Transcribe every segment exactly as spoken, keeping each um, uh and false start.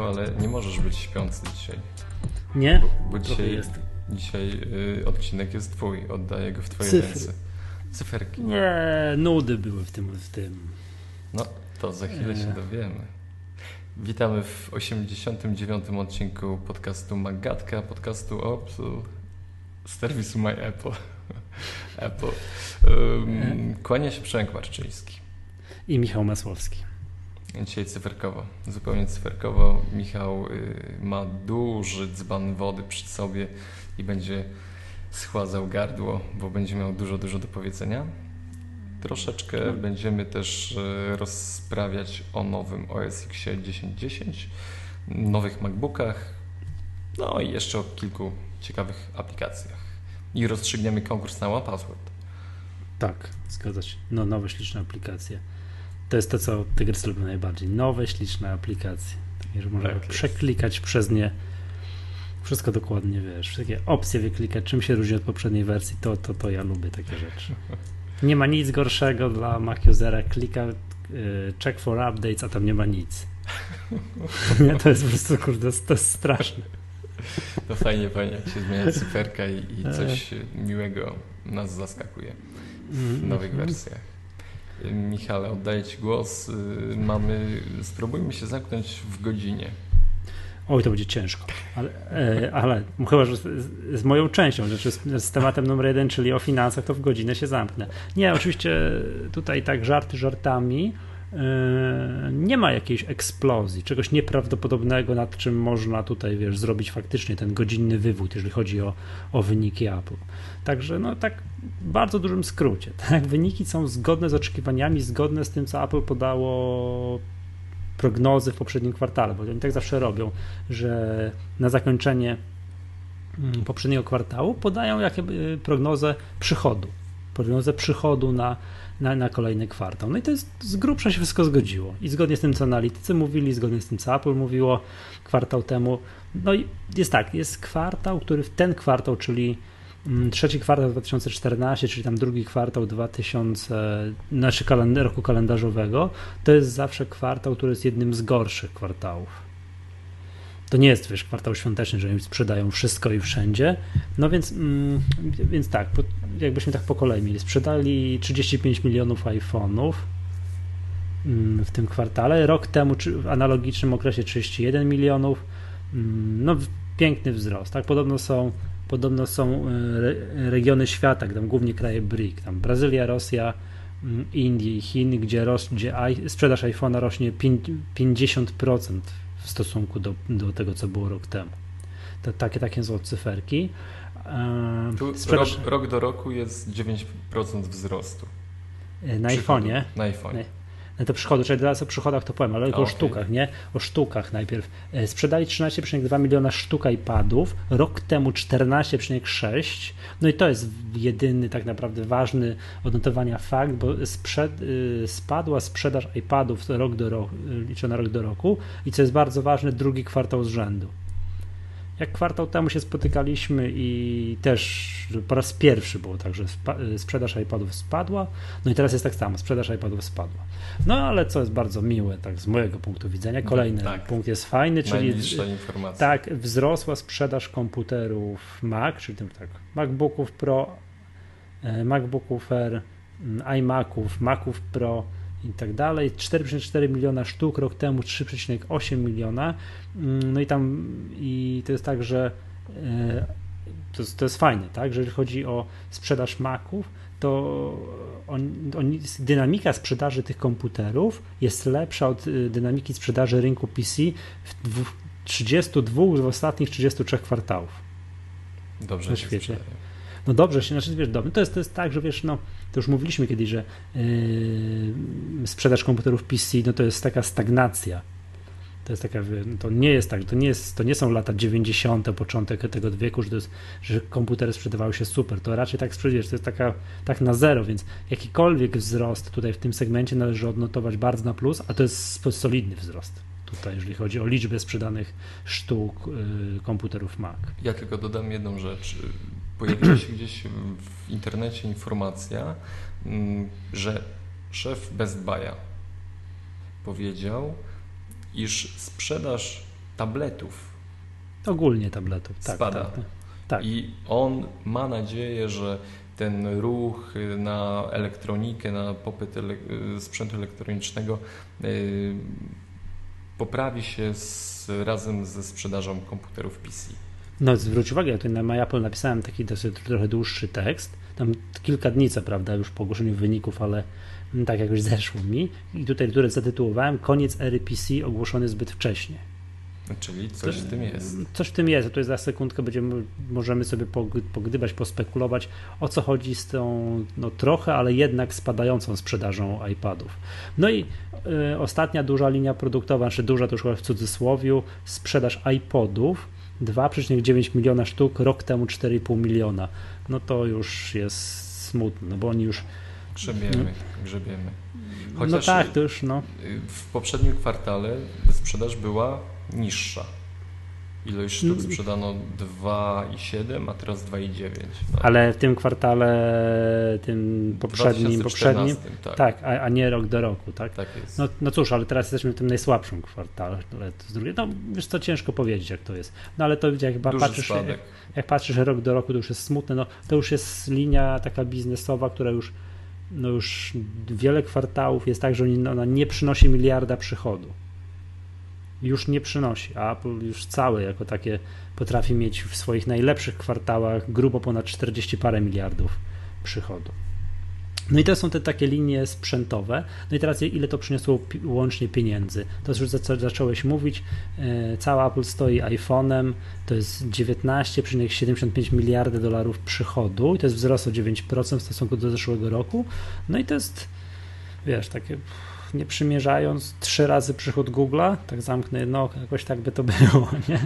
ale nie możesz być śpiący dzisiaj. Nie? Bo, bo dzisiaj, jest. dzisiaj y, odcinek jest twój, oddaję go w twoje Cyfry. ręce. Cyferki. Nie, nudy były w tym. W tym. No, to za chwilę się dowiemy. Witamy w osiemdziesiątym dziewiątym odcinku podcastu Magatka, podcastu Opsu z serwisu My Apple. Apple. Um, kłania się Przemek Marczyński. I Michał Masłowski. Dzisiaj cyferkowo, zupełnie cyferkowo. Michał y, ma duży dzban wody przy sobie i będzie schładzał gardło, bo będzie miał dużo, dużo do powiedzenia. Troszeczkę hmm. będziemy też y, rozprawiać o nowym O S X dziesięć dziesięć, nowych MacBookach, no i jeszcze o kilku ciekawych aplikacjach. I rozstrzygniemy konkurs na One Password. Tak, zgadza się. No, nowe, śliczne aplikacje. To jest to, co Tygrys lubi najbardziej. Nowe, śliczne aplikacje. Takie, że można tak przeklikać jest. przez nie wszystko dokładnie, wiesz, wszystkie opcje wyklikać, czym się różni od poprzedniej wersji, to, to, to ja lubię takie rzeczy. Nie ma nic gorszego dla Mac usera, klika y, check for updates, a tam nie ma nic. Nie, to jest po prostu, kurde, to jest straszne. To fajnie, fajnie, jak się zmienia cyferka i, i coś miłego nas zaskakuje w nowych wersjach. Michale, oddaję Ci głos. Mamy, spróbujmy się zamknąć w godzinie. Oj, to będzie ciężko, ale, ale chyba, że z, z moją częścią, znaczy z, z tematem numer jeden, czyli o finansach, to w godzinę się zamknę. Nie, oczywiście tutaj tak żarty żartami, nie ma jakiejś eksplozji, czegoś nieprawdopodobnego, nad czym można tutaj, wiesz, zrobić faktycznie ten godzinny wywód, jeżeli chodzi o, o wyniki Apple. Także no tak w bardzo dużym skrócie, tak, wyniki są zgodne z oczekiwaniami, zgodne z tym, co Apple podało prognozy w poprzednim kwartale, bo oni tak zawsze robią, że na zakończenie poprzedniego kwartału podają jakby prognozę przychodu, prognozę przychodu na Na, na kolejny kwartał. No i to jest z grubsza się wszystko zgodziło. I zgodnie z tym, co analitycy mówili, zgodnie z tym, co Apple mówiło kwartał temu. No i jest tak, jest kwartał, który w ten kwartał, czyli trzeci kwartał dwa tysiące czternasty, czyli tam drugi kwartał dwa tysiące, znaczy kalend- roku kalendarzowego, to jest zawsze kwartał, który jest jednym z gorszych kwartałów. To nie jest, wiesz, kwartał świąteczny, że oni sprzedają wszystko i wszędzie. No więc, mm, więc tak, po, jakbyśmy tak po kolei mieli. Sprzedali trzydzieści pięć milionów iPhone'ów mm, w tym kwartale. Rok temu czy w analogicznym okresie trzydzieści jeden milionów. Mm, no piękny wzrost. Tak? Podobno są, podobno są re, regiony świata, tam głównie kraje B R I C, tam Brazylia, Rosja, mm, Indie i Chiny, gdzie, ros, gdzie i, sprzedaż iPhone'a rośnie pięćdziesiąt procent w stosunku do, do tego, co było rok temu. To, takie, takie są cyferki. Tu Sprzedaż... rok, rok do roku jest dziewięć procent wzrostu. Na iPhone'ie? Na iPhone'ie. No to przychody, czyli teraz o przychodach to powiem, ale tylko okay. o sztukach, nie? O sztukach najpierw. Sprzedali trzynaście przecinek dwa miliona sztuk iPadów, rok temu czternaście przecinek sześć. No i to jest jedyny tak naprawdę ważny odnotowania fakt, bo sprzed, spadła sprzedaż iPadów rok do roku, liczona rok do roku i co jest bardzo ważne, drugi kwartał z rzędu. Jak kwartał temu się spotykaliśmy i też po raz pierwszy było tak, że sprzedaż iPadów spadła, no i teraz jest tak samo, sprzedaż iPadów spadła. No ale co jest bardzo miłe, tak z mojego punktu widzenia, kolejny tak. punkt jest fajny, czyli tak, wzrosła sprzedaż komputerów Mac, czyli tym tak, MacBooków Pro, MacBooków Air, iMaców, Maców Pro i tak dalej, cztery przecinek cztery miliona sztuk, rok temu trzy przecinek osiem miliona, no i tam i to jest tak, że to jest, to jest fajne, tak, że jeżeli chodzi o sprzedaż Maców, to on, on, dynamika sprzedaży tych komputerów jest lepsza od dynamiki sprzedaży rynku P C w trzydziestu dwóch z ostatnich trzydziestu trzech kwartałów. Dobrze na świecie. Sprzedają. No dobrze się, znaczy wiesz, dobrze. To jest, to jest tak, że wiesz, no to już mówiliśmy kiedyś, że yy, sprzedaż komputerów P C, no to jest taka stagnacja. To jest taka, to nie jest tak, to nie jest, to nie są lata dziewięćdziesiąte, początek tego wieku, że, to jest, że komputery sprzedawały się super. To raczej tak sprzedajesz, to jest taka, tak na zero, więc jakikolwiek wzrost tutaj w tym segmencie należy odnotować bardzo na plus, a to jest solidny wzrost tutaj, jeżeli chodzi o liczbę sprzedanych sztuk yy, komputerów Mac. Ja tylko dodam jedną rzecz. Pojawiła się gdzieś w internecie informacja, że szef Best Buy'a powiedział, iż sprzedaż tabletów Ogólnie tabletów. Tak, spada. tak, tak. I on ma nadzieję, że ten ruch na elektronikę, na popyt ele- sprzętu elektronicznego yy, poprawi się z, razem ze sprzedażą komputerów P C. No zwróć uwagę, ja tutaj na MyApple napisałem taki dosyć trochę dłuższy tekst, tam kilka dni co prawda już po ogłoszeniu wyników, ale tak jakoś zeszło mi i tutaj, które zatytułowałem Koniec ery P C ogłoszony zbyt wcześnie. Czyli coś w tym jest. Coś w tym jest, to jest za sekundkę będziemy, możemy sobie pogdybać, pospekulować, o co chodzi z tą no, trochę, ale jednak spadającą sprzedażą iPadów. No i y, ostatnia duża linia produktowa, znaczy duża to już chyba w cudzysłowiu, sprzedaż iPodów, dwa przecinek dziewięć miliona sztuk, rok temu cztery i pół miliona. No to już jest smutne, no bo oni już... Grzebiemy, grzebiemy. Chociaż no tak, to już no. W poprzednim kwartale sprzedaż była niższa. Ilość sztuk sprzedano dwa i siedem, a teraz dwa i dziewięć. No. Ale w tym kwartale, tym poprzednim, poprzednim tak, tak a, a nie rok do roku, tak? Tak jest. No, no cóż, ale teraz jesteśmy w tym najsłabszym kwartale, ale z drugiej, no wiesz co, ciężko powiedzieć jak to jest. No ale to jak patrzysz, jak, jak patrzysz rok do roku, to już jest smutne, no to już jest linia taka biznesowa, która już no już wiele kwartałów jest tak, że ona nie przynosi miliarda przychodu. Już nie przynosi, a Apple już całe jako takie potrafi mieć w swoich najlepszych kwartałach grubo ponad czterdzieści parę miliardów przychodu. No i to są te takie linie sprzętowe. No i teraz ile to przyniosło pi- łącznie pieniędzy? To już za- zacząłeś mówić, e, cała Apple stoi iPhone'em, to jest dziewiętnaście przecinek siedemdziesiąt pięć miliarda dolarów przychodu i to jest wzrost o dziewięć procent w stosunku do zeszłego roku. No i to jest, wiesz, takie... nie przymierzając, trzy razy przychód Google'a, tak zamknę jedno oko, jakoś tak by to było, nie?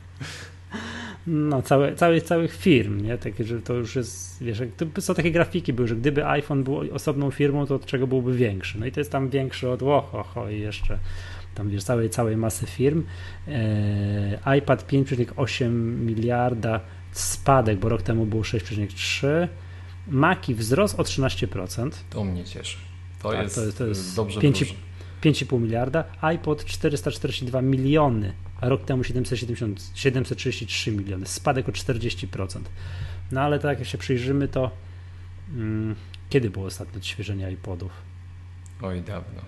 No, całe, całe, całych firm, nie? Takie, że to już jest, wiesz, to są takie grafiki były, że gdyby iPhone był osobną firmą, to od czego byłby większy? No i to jest tam większy od oho, i jeszcze tam, wiesz, całej, całej masy firm. E, iPad pięć przecinek osiem miliarda, spadek, bo rok temu było sześć przecinek trzy, Maci wzrost o trzynaście procent. To mnie cieszy. To, tak, jest, to, jest, to jest dobrze pięć i pół miliarda, iPod czterysta czterdzieści dwa miliony, a rok temu siedemset siedemdziesiąt, siedemset trzydzieści trzy miliony, spadek o czterdzieści procent. No ale tak jak się przyjrzymy, to hmm, kiedy było ostatnie odświeżenie iPodów? Oj, dawno.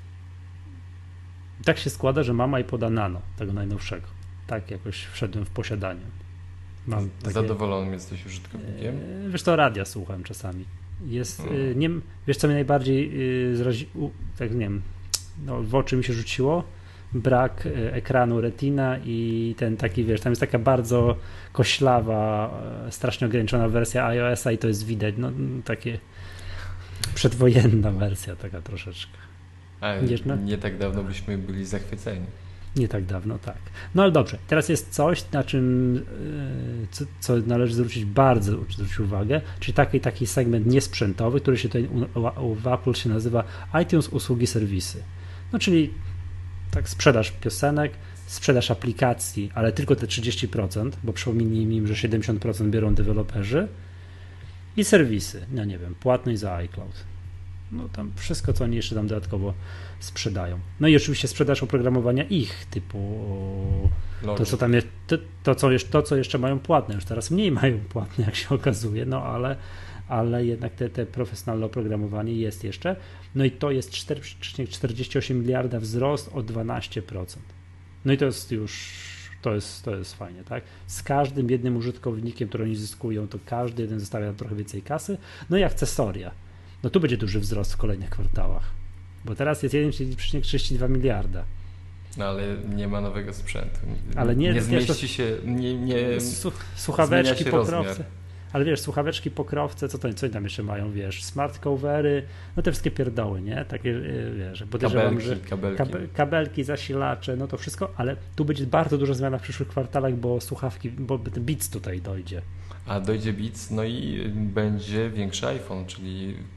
Tak się składa, że mam iPoda Nano, tego najnowszego. Tak jakoś wszedłem w posiadanie. Mam takie... Zadowolonym jesteś użytkownikiem? Wiesz to, radia słucham czasami. Jest, hmm. nie, wiesz co mnie najbardziej zrazi, tak nie wiem, no, w oczy mi się rzuciło? Brak ekranu Retina i ten taki, wiesz, tam jest taka bardzo koślawa, strasznie ograniczona wersja iOS-a i to jest widać, no takie przedwojenna wersja taka troszeczkę. A wiesz, no? Nie tak dawno byśmy byli zachwyceni. Nie tak dawno, tak. No ale dobrze, teraz jest coś, na czym co, co należy zwrócić bardzo zwrócić uwagę, czyli taki, taki segment niesprzętowy, który się tutaj u, u, w Apple się nazywa iTunes usługi serwisy. No czyli tak sprzedaż piosenek, sprzedaż aplikacji, ale tylko te trzydzieści procent, bo przypomnijmy im, że siedemdziesiąt procent biorą deweloperzy i serwisy, no nie wiem, płatność za iCloud. No tam wszystko, co oni jeszcze tam dodatkowo sprzedają. No i oczywiście sprzedaż oprogramowania ich, typu Logic. to, co tam jest, to, to, co jeszcze, to, co jeszcze mają płatne, już teraz mniej mają płatne, jak się okazuje, no ale, ale jednak te, te profesjonalne oprogramowanie jest jeszcze. No i to jest cztery przecinek czterdzieści osiem miliarda wzrost o dwanaście procent. No i to jest już, to jest, to jest fajnie, tak? Z każdym jednym użytkownikiem, który oni zyskują, to każdy jeden zostawia trochę więcej kasy. No i akcesoria. No tu będzie duży wzrost w kolejnych kwartałach, bo teraz jest jeden przecinek trzydzieści dwa miliarda. No ale nie ma nowego sprzętu. Ale nie, nie zmieści się, nie, nie słuchaweczki, pokrowce. Ale wiesz, słuchaweczki, pokrowce, co to co oni tam jeszcze mają, wiesz, smart covery, no te wszystkie pierdoły, nie? Takie, wiesz, podejrzewam, kabelki, że kabelki. Kabel, kabelki, zasilacze, no to wszystko, ale tu będzie bardzo duża zmiana w przyszłych kwartałach, bo słuchawki, bo Beats tutaj dojdzie. A dojdzie Beats, no i będzie większy iPhone, czyli to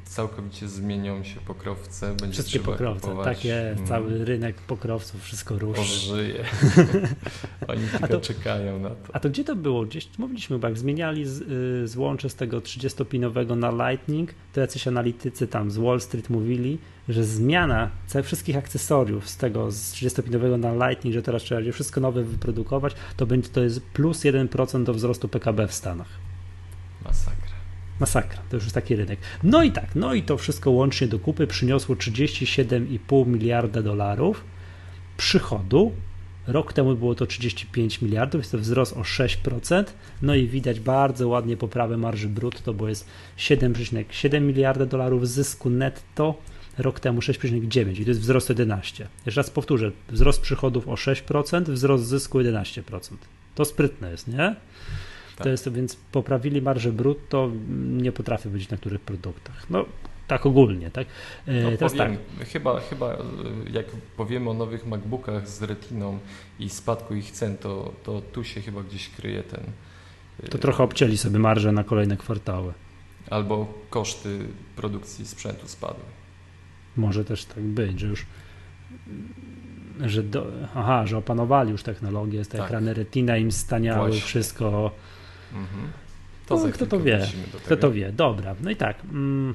całkowicie zmienią się pokrowce. Będzie Wszystkie trzeba pokrowce, kupować. tak jest, Mm. cały rynek pokrowców, wszystko ruszy. Ożyje. Oni tylko to, czekają na to. A to gdzie to było? Gdzieś mówiliśmy, chyba jak zmieniali z, y, złącze z tego trzydziestopinowego na Lightning, to jacyś analitycy tam z Wall Street mówili, że zmiana całych wszystkich akcesoriów z tego z trzydziestopinowego na Lightning, że teraz trzeba wszystko nowe wyprodukować, to będzie to jest plus jeden procent do wzrostu P K B w Stanach. Masakra. Masakra, to już jest taki rynek. No i tak, no i to wszystko łącznie do kupy przyniosło trzydzieści siedem i pół miliarda dolarów przychodu. Rok temu było to trzydzieści pięć miliardów, jest to wzrost o sześć procent. No i widać bardzo ładnie poprawę marży brutto, bo jest siedem przecinek siedem miliarda dolarów zysku netto, rok temu sześć przecinek dziewięć i to jest wzrost jedenaście procent. Jeszcze raz powtórzę, wzrost przychodów o sześć procent, wzrost zysku jedenaście procent. To sprytne jest, nie? Tak. To jest, więc poprawili marżę brutto, nie potrafię być na których produktach. No, tak ogólnie, tak? No, Teraz powiem, tak. Chyba, chyba jak powiemy o nowych MacBookach z Retiną i spadku ich cen, to, to tu się chyba gdzieś kryje ten... To trochę obcięli sobie marżę na kolejne kwartały. Albo koszty produkcji sprzętu spadły. Może też tak być, że już że do, aha, że opanowali już technologię, te tak. ekrany Retina im staniały, Właśnie. wszystko. Mhm. To No, kto to wie? Kto to wie? Dobra, no i tak. Mm,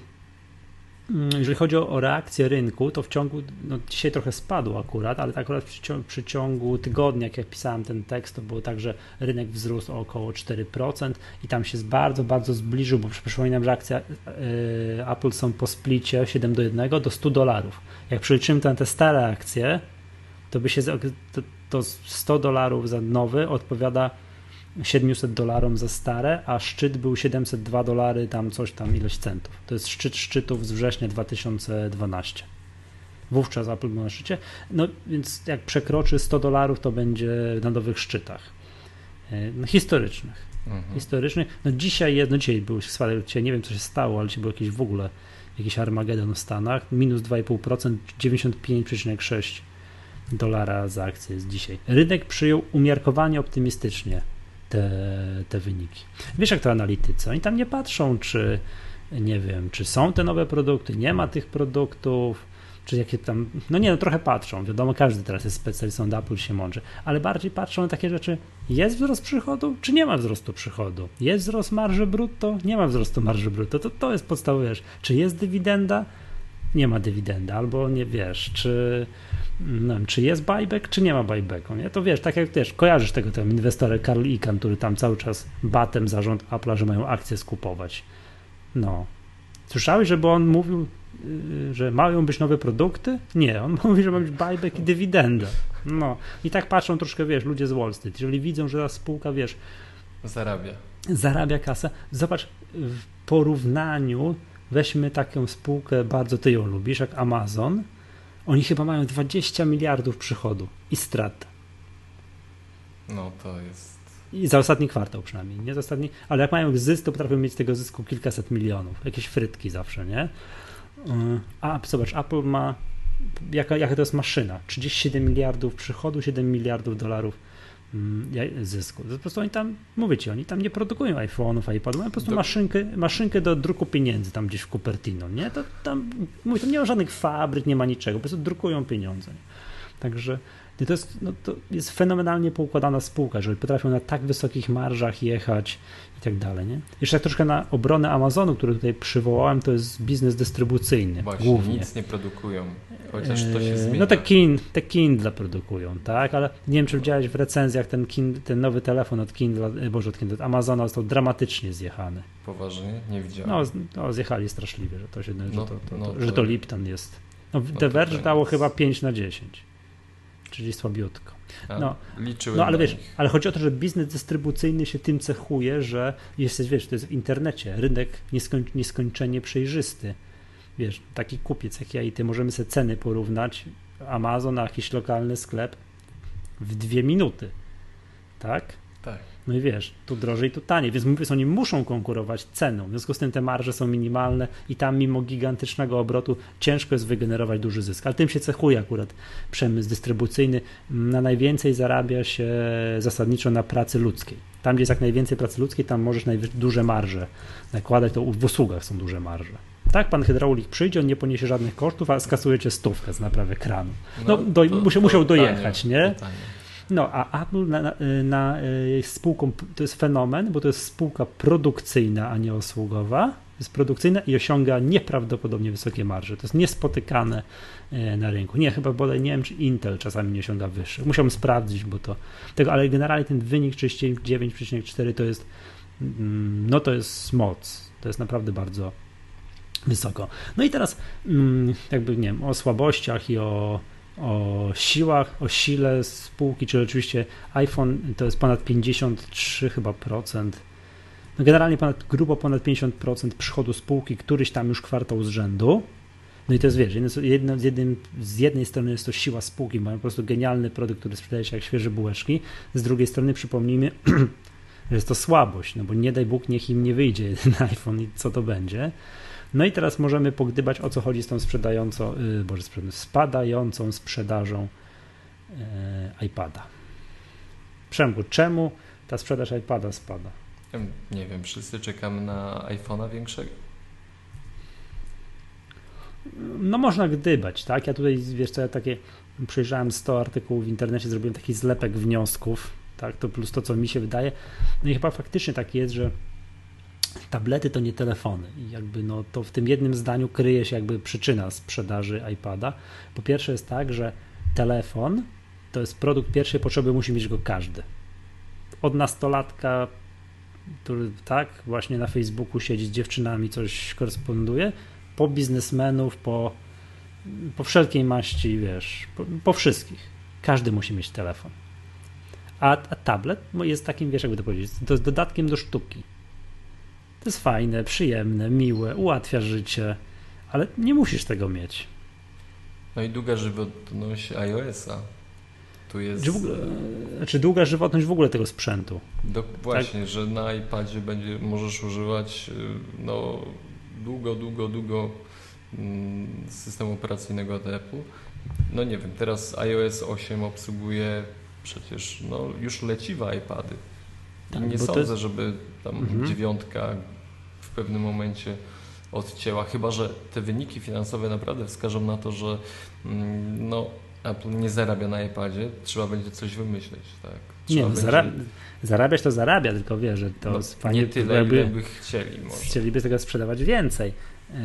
jeżeli chodzi o, o reakcję rynku, to w ciągu, no dzisiaj trochę spadł akurat, ale tak akurat przy, ciągu, przy ciągu tygodnia, jak ja pisałem ten tekst, to było tak, że rynek wzrósł o około cztery procent i tam się bardzo, bardzo zbliżył, bo przypominam, że akcja y, Apple są po splicie siedem do jednego do stu dolarów. Jak przeliczymy tam te stare akcje, to by się, to, to sto dolarów za nowy odpowiada siedemset dolarom za stare, a szczyt był siedemset dwa dolary, tam coś tam, ileś centów. To jest szczyt szczytów z września dwa tysiące dwunastego. Wówczas Apple był na szczycie. No więc jak przekroczy sto dolarów, to będzie na nowych szczytach no, historycznych. Mhm. Historycznych. No dzisiaj jedno, dzisiaj był dzisiaj nie wiem, co się stało, ale dzisiaj był jakiś w ogóle jakiś Armagedon w Stanach, minus dwa i pół procent, dziewięćdziesiąt pięć przecinek sześć dolara za akcję jest dzisiaj. Rynek przyjął umiarkowanie optymistycznie Te, te wyniki. Wiesz, jak to analitycy? Oni tam nie patrzą, czy nie wiem, czy są te nowe produkty, nie ma tych produktów, czy jakie tam, no nie, no trochę patrzą, wiadomo, każdy teraz jest specjalistą od Apple, się mądrzy, ale bardziej patrzą na takie rzeczy, jest wzrost przychodu, czy nie ma wzrostu przychodu, jest wzrost marży brutto, nie ma wzrostu marży brutto, to, to jest podstawowe, wiesz, czy jest dywidenda, nie ma dywidendy, albo nie wiesz, czy no wiem, czy jest buyback, czy nie ma buybacku, nie? To wiesz, tak jak wiesz, kojarzysz tego tam inwestora Carl Icahn, który tam cały czas batem zarząd Apple'a, że mają akcje skupować. No. Słyszałeś, żeby on mówił, yy, że mają być nowe produkty? Nie, on mówi, że ma być buyback i dywidenda. No. I tak patrzą troszkę, wiesz, ludzie z Wall Street. Jeżeli widzą, że ta spółka, wiesz, zarabia. Zarabia kasę. Zobacz, w porównaniu weźmy taką spółkę, bardzo ty ją lubisz, jak Amazon. Oni chyba mają dwadzieścia miliardów przychodu i strat. No to jest... I za ostatni kwartał przynajmniej, nie za ostatni, ale jak mają zysk, to potrafią mieć z tego zysku kilkaset milionów. Jakieś frytki zawsze, nie? A zobacz, Apple ma, jaka, jaka to jest maszyna? trzydzieści siedem miliardów przychodu, siedem miliardów dolarów zysku. Po prostu oni tam, mówię ci, oni tam nie produkują iPhone'ów, iPadów, mają po prostu do... maszynkę, maszynkę do druku pieniędzy tam gdzieś w Cupertino, nie? To tam, mówię, tam nie ma żadnych fabryk, nie ma niczego, po prostu drukują pieniądze. Nie? Także to jest, no, to jest fenomenalnie poukładana spółka, że potrafią na tak wysokich marżach jechać i tak dalej, nie? Jeszcze tak troszkę na obronę Amazonu, który tutaj przywołałem, to jest biznes dystrybucyjny. Właśnie, głównie. Nic nie produkują, chociaż to się zmienia. No te, kin, te Kindle produkują, tak? Ale nie wiem, czy widziałeś w recenzjach ten, Kindle, ten nowy telefon od Kindle, Boże, od Kindle, od Amazona został dramatycznie zjechany. Poważnie? Nie widziałem. No, no zjechali straszliwie, że to się, no, że, to, to, no to, to, że to Lipton jest. No, no The Verge dało jest... chyba pięć na dziesięć. Czyli słabiutko. No, liczyłem no ale wiesz, nich. ale chodzi o to, że biznes dystrybucyjny się tym cechuje, że jesteś, wiesz, to jest w internecie, rynek nieskoń, nieskończenie przejrzysty. Wiesz, taki kupiec jak ja i ty, możemy sobie ceny porównać, Amazon, a jakiś lokalny sklep w dwie minuty. Tak? Tak. No i wiesz, tu drożej, tu taniej, więc mówię, oni muszą konkurować ceną, w związku z tym te marże są minimalne i tam mimo gigantycznego obrotu ciężko jest wygenerować duży zysk, ale tym się cechuje akurat przemysł dystrybucyjny. Na najwięcej zarabia się zasadniczo na pracy ludzkiej. Tam, gdzie jest jak najwięcej pracy ludzkiej, tam możesz najwyż- duże marże nakładać, to w usługach są duże marże. Tak, pan hydraulik przyjdzie, on nie poniesie żadnych kosztów, a skasujecie stówkę z naprawy kranu. No, No, do, to- musi, to musiał tanie, dojechać, nie? to tanie. No, a Apple na, na, na y, spółką, to jest fenomen, bo to jest spółka produkcyjna, a nie usługowa. Jest produkcyjna i osiąga nieprawdopodobnie wysokie marże. To jest niespotykane y, na rynku. Nie, chyba bodaj nie wiem, czy Intel czasami nie osiąga wyższych. Musiałbym sprawdzić, bo to tego, ale generalnie ten wynik trzydzieści dziewięć przecinek cztery to jest mm, no to jest moc. To jest naprawdę bardzo wysoko. No i teraz mm, jakby nie wiem, o słabościach i o o siłach, o sile spółki, czyli oczywiście iPhone to jest ponad pięćdziesiąt trzy chyba procent, no generalnie ponad, grubo ponad pięćdziesiąt procent przychodu spółki, któryś tam już kwartał z rzędu. No i to jest, wiesz, jedno, z, jednym, z jednej strony jest to siła spółki, mają po prostu genialny produkt, który sprzedaje się jak świeże bułeczki, z drugiej strony przypomnijmy, że jest to słabość, no bo nie daj Bóg, niech im nie wyjdzie jeden iPhone i co to będzie. No i teraz możemy pogdybać, o co chodzi z tą sprzedającą, yy, boże, spadającą sprzedażą yy, iPada. Przemku, czemu ta sprzedaż iPada spada? Nie wiem, wszyscy czekamy na iPhone'a większego. No można gdybać, tak? Ja tutaj, wiesz co, ja takie przejrzałem sto artykułów w internecie, zrobiłem taki zlepek wniosków, tak? To plus to, co mi się wydaje. No i chyba faktycznie tak jest, że tablety to nie telefony i jakby no to w tym jednym zdaniu kryje się jakby przyczyna sprzedaży iPada. Po pierwsze jest tak, że telefon to jest produkt pierwszej potrzeby, musi mieć go każdy. Od nastolatka, który tak właśnie na Facebooku siedzi z dziewczynami, coś koresponduje, po biznesmenów, po, po wszelkiej maści, wiesz, po, po wszystkich. Każdy musi mieć telefon. A, a tablet jest takim, wiesz, jakby to powiedzieć, to jest dodatkiem do sztuki. To jest fajne, przyjemne, miłe, ułatwia życie, ale nie musisz tego mieć. No i długa żywotność iOS-a. Tu jest... Czy, w ogóle, czy długa żywotność w ogóle tego sprzętu? Do, właśnie, tak? Że na iPadzie będzie, możesz używać no, długo, długo, długo systemu operacyjnego od Apple. No nie wiem, teraz iOS osiem obsługuje przecież no, już leciwe iPady. Tak, nie sądzę, jest... żeby tam mhm. dziewiątka w pewnym momencie odcięła, chyba że te wyniki finansowe naprawdę wskażą na to, że no, Apple nie zarabia na iPadzie, trzeba będzie coś wymyśleć. Tak? Trzeba nie, no, będzie... zarabia, zarabiać to zarabia, tylko wie, że to no, jest fajnie. Nie tyle, jakby, ile by chcieli może. Chcieliby tego sprzedawać więcej.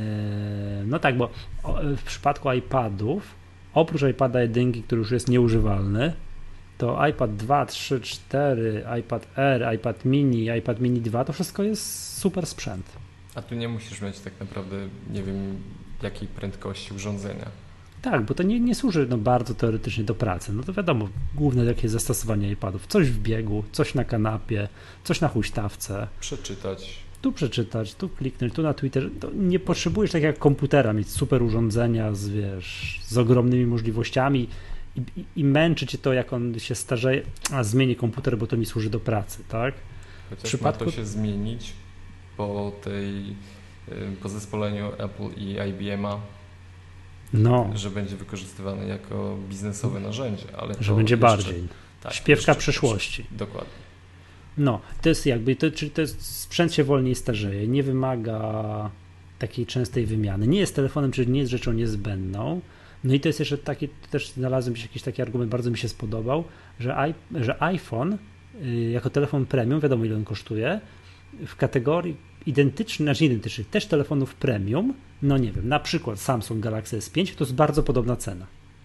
No tak, bo w przypadku iPadów, oprócz iPada jeden, który już jest nieużywalny, to iPad dwa, trzy, cztery, iPad Air, iPad mini, iPad mini dwa, to wszystko jest super sprzęt. A tu nie musisz mieć tak naprawdę, nie wiem, jakiej prędkości urządzenia. Tak, bo to nie, nie służy no, bardzo teoretycznie do pracy. No to wiadomo, główne takie zastosowanie iPadów. Coś w biegu, coś na kanapie, coś na huśtawce. Przeczytać. Tu przeczytać, tu kliknąć, tu na Twitterze. To nie potrzebujesz tak jak komputera mieć super urządzenia z, wiesz, z ogromnymi możliwościami i, i, i męczy cię to, jak on się starzeje, a zmieni komputer, bo to mi służy do pracy, tak? Chociaż w przypadku... ma to się zmienić po tej, po zespoleniu Apple i I B M-a, no. że będzie wykorzystywany jako biznesowe narzędzie, ale że będzie jeszcze, bardziej. Tak, śpiewka przyszłości. Dokładnie. No, to jest jakby, to, czyli to jest, sprzęt się wolniej starzeje, nie wymaga takiej częstej wymiany, nie jest telefonem, czyli nie jest rzeczą niezbędną. No i to jest jeszcze taki, też znalazłem jakiś taki argument, bardzo mi się spodobał, że, i, że iPhone y, jako telefon premium, wiadomo ile on kosztuje, w kategorii identycznych, znaczy identycznych, też telefonów premium, no nie wiem, na przykład Samsung Galaxy S pięć to jest bardzo podobna cena.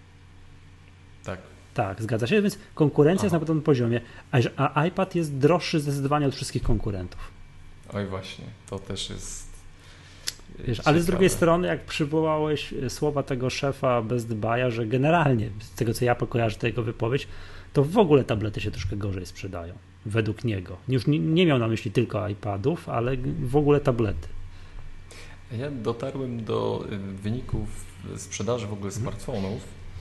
Tak. Tak, zgadza się, więc konkurencja Aha. jest na podobnym poziomie, a, a iPad jest droższy zdecydowanie od wszystkich konkurentów. Oj właśnie, to też jest Wiesz, ale z drugiej strony, jak przywołałeś słowa tego szefa Best Buy'a, że generalnie, z tego co ja pokojarzę tę jego wypowiedź, to w ogóle tablety się troszkę gorzej sprzedają, według niego. Już nie, nie miał na myśli tylko iPadów, ale w ogóle tablety. Ja dotarłem do wyników sprzedaży w ogóle smartfonów,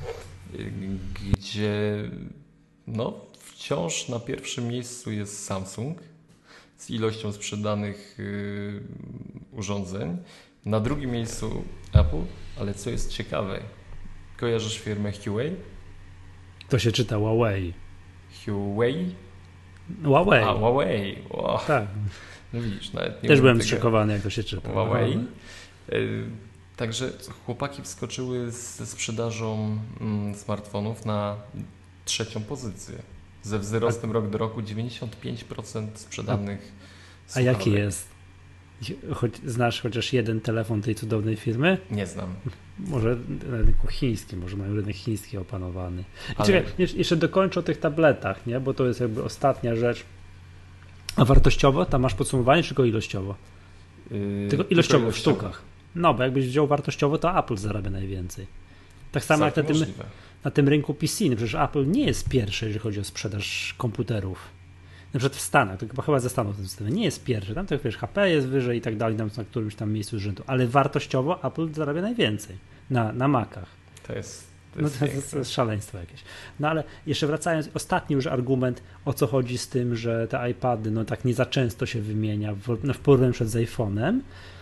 gdzie no, wciąż na pierwszym miejscu jest Samsung z ilością sprzedanych y, urządzeń. Na drugim miejscu Apple, ale co jest ciekawe, kojarzysz firmę Huawei? To się czyta Huawei. Huawei? Huawei. A, Huawei. Wow. Tak. No widzisz, nawet nie Też byłem zszokowany, jak to się czyta. Huawei. Także chłopaki wskoczyły ze sprzedażą smartfonów na trzecią pozycję. Ze wzrostem rok do roku dziewięćdziesiąt pięć procent sprzedanych A, a jaki jest? Choć, znasz chociaż jeden telefon tej cudownej firmy? Nie znam. Może na rynku chińskim, może mają rynek chiński opanowany. Ale... Czekaj, jeszcze dokończę o tych tabletach, nie? Bo to jest jakby ostatnia rzecz. A wartościowo tam masz podsumowanie, czy tylko ilościowo? Yy, tylko ilościowo w sztukach. No, bo jakbyś wziął wartościowo, to Apple zarabia najwięcej. Tak samo jak na tym, na tym rynku P C. No przecież Apple nie jest pierwszy, jeżeli chodzi o sprzedaż komputerów. Na przykład w Stanach, to chyba ze Stanów ten system nie jest pierwszy. Tam to wiesz, H P jest wyżej i tak dalej, tam na którymś tam miejscu rzędu. Ale wartościowo Apple zarabia najwięcej na, na Macach. To jest, to no jest, to jest, to jest szaleństwo jakieś. No ale jeszcze wracając, ostatni już argument, o co chodzi z tym, że te iPady no tak nie za często się wymienia w, no, w porównaniu przed z iPhone'em,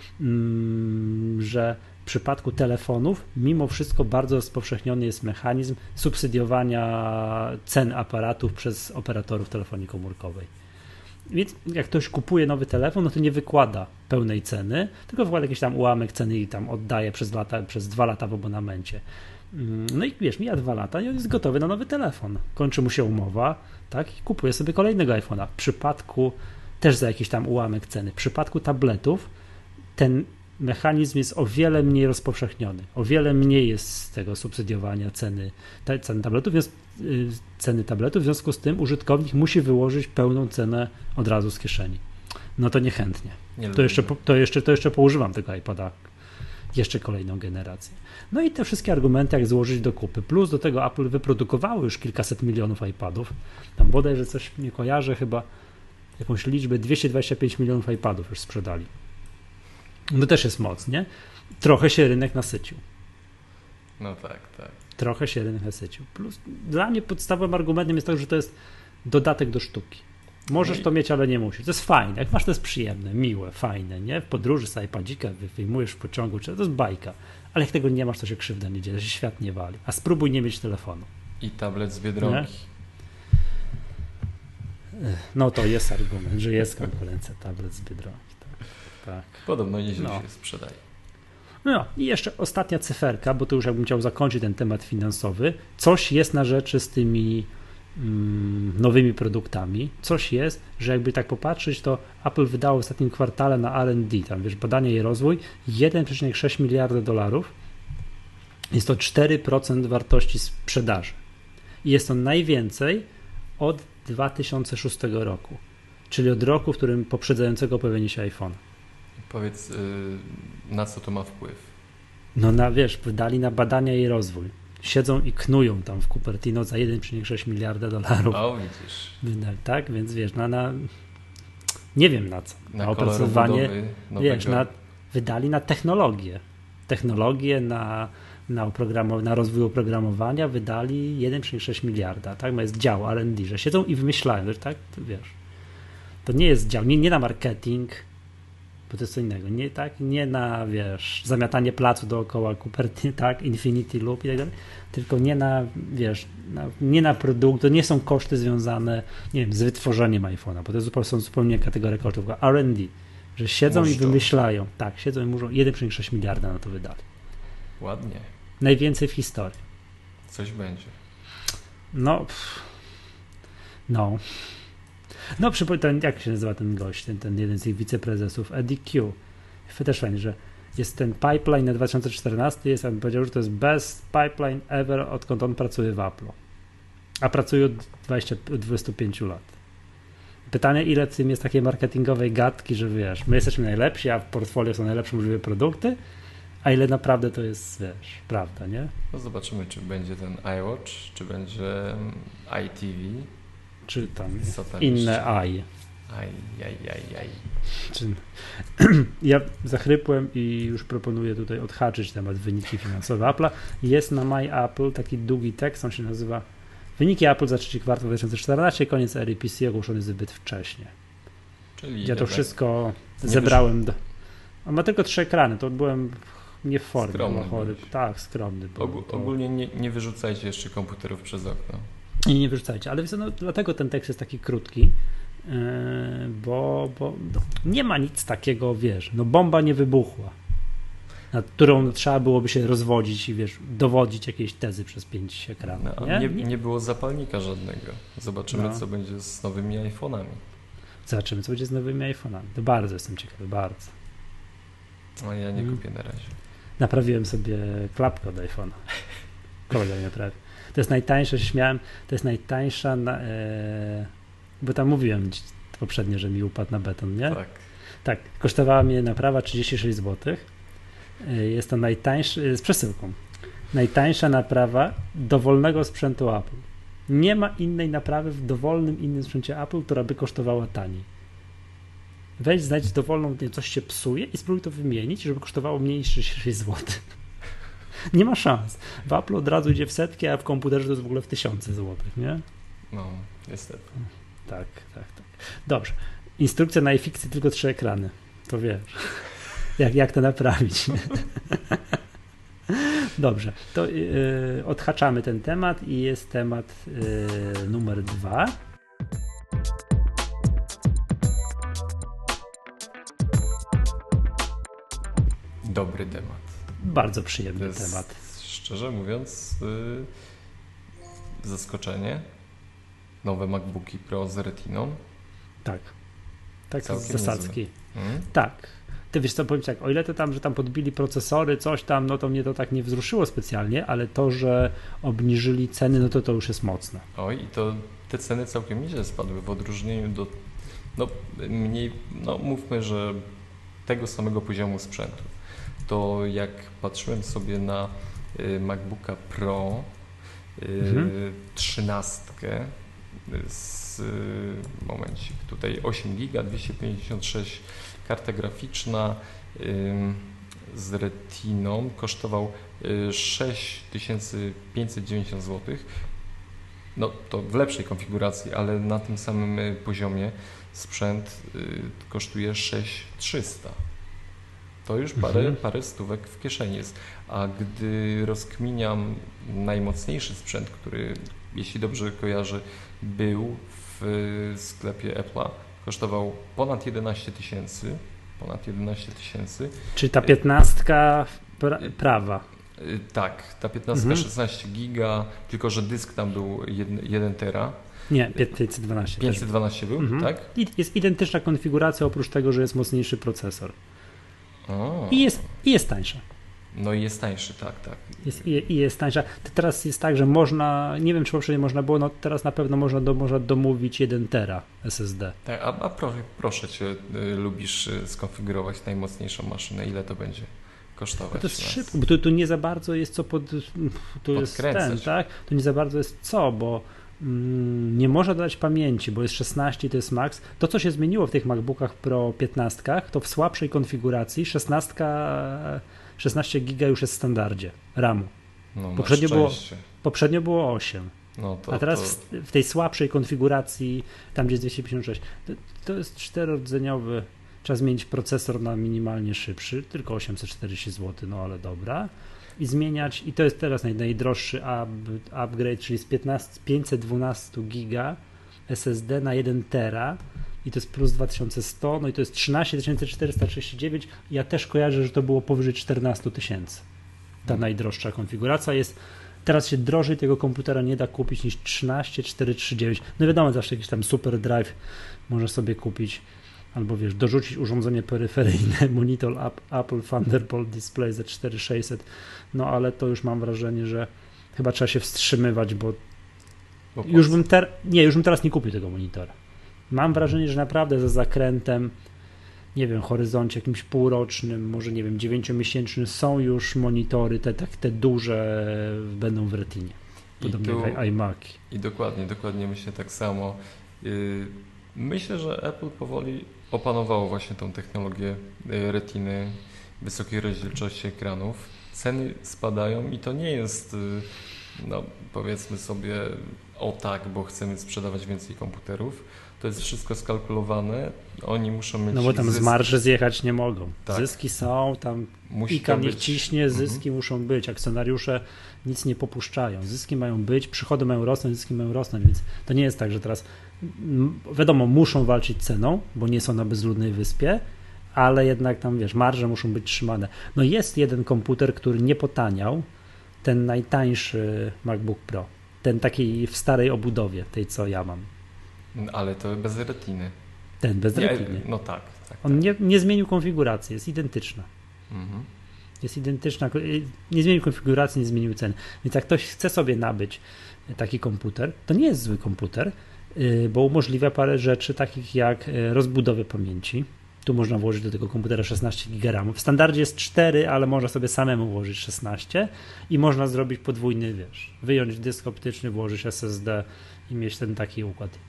mm, że w przypadku telefonów mimo wszystko bardzo rozpowszechniony jest mechanizm subsydiowania cen aparatów przez operatorów telefonii komórkowej. Więc jak ktoś kupuje nowy telefon, no to nie wykłada pełnej ceny, tylko wykłada jakiś tam ułamek ceny i tam oddaje przez, lata, przez dwa lata w abonamencie. No i wiesz, mija dwa lata i on jest gotowy na nowy telefon. Kończy mu się umowa, tak, i kupuje sobie kolejnego iPhone'a. W przypadku też za jakiś tam ułamek ceny. W przypadku tabletów ten mechanizm jest o wiele mniej rozpowszechniony. O wiele mniej jest z tego subsydiowania ceny, te, ceny tabletów, więc yy, ceny tabletów. W związku z tym użytkownik musi wyłożyć pełną cenę od razu z kieszeni. No to niechętnie. Nie to, jeszcze, to, jeszcze, to jeszcze poużywam tego iPada. Jeszcze kolejną generację. No i te wszystkie argumenty, jak złożyć do kupy. Plus do tego Apple wyprodukowało już kilkaset milionów iPadów. Tam bodajże coś nie kojarzę, chyba jakąś liczbę dwieście dwadzieścia pięć milionów iPadów już sprzedali. No też jest moc, nie? Trochę się rynek nasycił. No tak, tak. Trochę się rynek nasycił. Plus dla mnie podstawowym argumentem jest to, że to jest dodatek do sztuki. Możesz to mieć, ale nie musisz. To jest fajne. Jak masz, to jest przyjemne, miłe, fajne, nie? W podróży z iPadzika wyjmujesz w pociągu, to jest bajka. Ale jak tego nie masz, to się krzywda nie dzieje, że się świat nie wali. A spróbuj nie mieć telefonu. I tablet z Biedronki. Nie? No to jest argument, że jest konkurencja, tablet z Biedronki. Tak, tak. Podobno nieźle no. się sprzedaje. No i jeszcze ostatnia cyferka, bo to już jakbym chciał zakończyć ten temat finansowy. Coś jest na rzeczy z tymi mm, nowymi produktami. Coś jest, że jakby tak popatrzeć, to Apple wydało w ostatnim kwartale na R and D, tam wiesz, badanie i rozwój, jeden przecinek sześć miliarda dolarów. Jest to cztery procent wartości sprzedaży. I jest to najwięcej od dwa tysiące szóstego roku, czyli od roku, w którym poprzedzającego pojawienie się iPhone. Powiedz, yy, na co to ma wpływ? No na, wiesz, wydali na badania i rozwój. Siedzą i knują tam w Cupertino za jeden przecinek sześć miliarda dolarów. O, widzisz. Wydali, tak, więc wiesz, na, na nie wiem na co. Na, na opracowanie, wiesz, na, wydali na technologię. Technologię, na, na, oprogramow- na rozwój oprogramowania wydali jeden przecinek sześć miliarda, tak? Jest dział R and D, że siedzą i wymyślają, wiesz, tak? To, wiesz, to nie jest dział, nie, nie na marketing, bo to jest co innego, nie, tak? Nie na, wiesz, zamiatanie placu dookoła Cupertino, tak? Infinity Loop i tak dalej, tylko nie na, wiesz, na, nie na produkt, to nie są koszty związane, nie wiem, z wytworzeniem iPhone'a, bo to zupełnie, są zupełnie kategorie kosztów, tylko R and D, że siedzą Muszczą. i wymyślają, tak, siedzą i muszą jeden przecinek sześć miliarda na to wydali. Ładnie. Najwięcej w historii. Coś będzie. No, pff, no. No, przypomnę, jak się nazywa ten gość, ten, ten jeden z ich wiceprezesów, Eddie Q. Też fajnie, że jest ten pipeline na dwa tysiące czternasty, jest, on powiedział, że to jest best pipeline ever, odkąd on pracuje w Apple'u. A pracuje od dwudziestu pięciu lat. Pytanie, ile w tym jest takiej marketingowej gadki, że wiesz, my jesteśmy najlepsi, a w portfolio są najlepsze możliwe produkty, a ile naprawdę to jest, wiesz, prawda, nie? No zobaczymy, czy będzie ten iWatch, czy będzie I T V. Czy tam, tam inne jeszcze? AI. Aj, aj, aj, aj. Czy... Ja zachrypłem i już proponuję tutaj odhaczyć temat wyniki finansowe Apple'a. Jest na My Apple taki długi tekst, on się nazywa Wyniki Apple za trzeci kwartał dwa tysiące czternasty, koniec ery P C ogłoszony zbyt wcześnie. Czyli ja to wszystko zebrałem. Do... On ma tylko trzy ekrany, to byłem nie w formie, skromny chory. Tak, skromny. Ogól, to... Ogólnie nie, nie wyrzucajcie jeszcze komputerów przez okno. I nie wyrzucajcie, ale no, dlatego ten tekst jest taki krótki, yy, bo, bo no, nie ma nic takiego, wiesz, no bomba nie wybuchła. nad którą trzeba byłoby się rozwodzić i wiesz, dowodzić jakiejś tezy przez pięć ekranów. No, nie? Nie, nie było zapalnika żadnego. Zobaczymy, no. co będzie z nowymi iPhone'ami. Zobaczymy, co będzie z nowymi iPhone'ami. To bardzo jestem ciekawy, bardzo. No ja nie hmm. kupię na razie. Naprawiłem sobie klapkę od iPhone'a. Kolega mi naprawił. To jest najtańsza, się śmiałem, to jest najtańsza, na, e, bo tam mówiłem poprzednio, że mi upadł na beton, nie? Tak. Tak, kosztowała mnie naprawa trzydzieści sześć złotych. Jest to najtańsza, z przesyłką, najtańsza naprawa dowolnego sprzętu Apple. Nie ma innej naprawy w dowolnym innym sprzęcie Apple, która by kosztowała taniej. Weź, znajdź dowolną, coś się psuje i spróbuj to wymienić, żeby kosztowało mniej niż trzydzieści sześć złotych. Nie ma szans. W Apple od razu idzie w setki, a w komputerze to jest w ogóle w tysiące złotych, nie? No, niestety. Tak, tak, tak. Dobrze. Instrukcja na iFixie tylko trzy ekrany. To wiesz. Jak, jak to naprawić? Dobrze. To yy, odhaczamy ten temat i jest temat yy, numer dwa. Dobry temat. Bardzo przyjemny to jest, temat. Szczerze mówiąc, yy, zaskoczenie. Nowe MacBooki Pro z Retiną. Tak. Tak, Całkiem z zasadzki. Hmm? Tak. Ty wiesz co, powiem tak, o ile to tam, że tam podbili procesory, coś tam, no to mnie to tak nie wzruszyło specjalnie, ale to, że obniżyli ceny, no to to już jest mocne. Oj, i to te ceny całkiem nieźle spadły w odróżnieniu do, no mniej, no mówmy, że tego samego poziomu sprzętu. To jak patrzyłem sobie na y, MacBooka Pro y, mhm. trzynastkę z y, momencik, tutaj osiem giga, dwieście pięćdziesiąt sześć karta graficzna y, z Retiną kosztował y, sześć tysięcy pięćset dziewięćdziesiąt złotych. No to w lepszej konfiguracji, ale na tym samym poziomie sprzęt y, kosztuje sześć tysięcy trzysta. To już parę, mhm. parę stówek w kieszeni jest. A gdy rozkminiam najmocniejszy sprzęt, który, jeśli dobrze kojarzę, był w sklepie Apple'a, kosztował ponad jedenaście tysięcy. Ponad jedenaście tysięcy. Czy ta piętnastka pra prawa? Tak, ta piętnastka mhm. szesnaście giga, tylko że dysk tam był jeden tera. Nie, pięćset dwanaście. pięćset dwanaście był, mhm. tak? I jest identyczna konfiguracja, oprócz tego, że jest mocniejszy procesor. O. I jest, i jest tańsza. No i jest tańszy, tak, tak. Jest, i, I jest tańsza. Teraz jest tak, że można, nie wiem czy poprzednio można było, no teraz na pewno można, do, można domówić jeden tera S S D. Tak, a, a pro, proszę Cię, y, lubisz y, skonfigurować najmocniejszą maszynę, ile to będzie kosztować? No to jest szybko, bo tu, tu nie za bardzo jest co pod, tu jest ten, tak? Tu nie za bardzo jest co, bo mm, nie można dodać pamięci, bo jest szesnaście i to jest max. To, co się zmieniło w tych MacBookach Pro piętnaście, to w słabszej konfiguracji szesnaście, szesnaście giga już jest w standardzie ramu. No, poprzednio, było, poprzednio było osiem. No to, a teraz to... w, w tej słabszej konfiguracji, tam gdzie jest dwieście pięćdziesiąt sześć, to, to jest czterorodzeniowy. Trzeba zmienić procesor na minimalnie szybszy, tylko osiemset czterdzieści złotych, no ale dobra. I zmieniać, i to jest teraz naj, najdroższy up, upgrade, czyli z pięćset dwanaście giga S S D na jeden tera i to jest plus dwa tysiące sto, no i to jest trzynaście tysięcy czterysta trzydzieści dziewięć. Ja też kojarzę, że to było powyżej czternaście tysięcy. Ta hmm. najdroższa konfiguracja jest. Teraz się drożej tego komputera nie da kupić niż trzynaście tysięcy czterysta trzydzieści dziewięć. No wiadomo, zawsze jakiś tam super drive możesz sobie kupić. Albo wiesz, dorzucić urządzenie peryferyjne, monitor Apple Thunderbolt Display za cztery tysiące sześćset, no ale to już mam wrażenie, że chyba trzeba się wstrzymywać, bo, bo już bym ter- nie, już bym teraz nie kupił tego monitora. Mam wrażenie, że naprawdę za zakrętem, nie wiem, horyzoncie jakimś półrocznym, może nie wiem, dziewięciomiesięcznym są już monitory, te, te, te duże będą w Retinie. Podobnie tu, jak iMaki. I dokładnie, dokładnie myślę tak samo. Yy... Myślę, że Apple powoli opanowało właśnie tą technologię retiny, wysokiej rozdzielczości ekranów. Ceny spadają i to nie jest, no powiedzmy sobie, o tak, bo chcemy sprzedawać więcej komputerów. To jest wszystko skalkulowane. Oni muszą mieć. No bo tam zyski. Z marży zjechać nie mogą. Tak. Zyski są, tam Ika niech ciśnie, zyski mhm. muszą być. Akcjonariusze nic nie popuszczają. Zyski mają być, przychody mają rosnąć, zyski mają rosnąć, więc to nie jest tak, że teraz wiadomo, muszą walczyć ceną, bo nie są na bezludnej wyspie, ale jednak tam, wiesz, marże muszą być trzymane. No jest jeden komputer, który nie potaniał, ten najtańszy MacBook Pro, ten taki w starej obudowie, tej co ja mam. Ale to bez retiny. Ten bez nie, retiny. No tak. tak On tak. nie, nie zmienił konfiguracji, jest identyczna. Mhm. Jest identyczna, nie zmienił konfiguracji, nie zmienił ceny. Więc jak ktoś chce sobie nabyć taki komputer, to nie jest zły komputer, bo umożliwia parę rzeczy takich jak rozbudowę pamięci. Tu można włożyć do tego komputera szesnaście giga ramu. W standardzie jest cztery, ale można sobie samemu włożyć szesnaście i można zrobić podwójny, wiesz, wyjąć dysk optyczny, włożyć S S D i mieć ten taki układ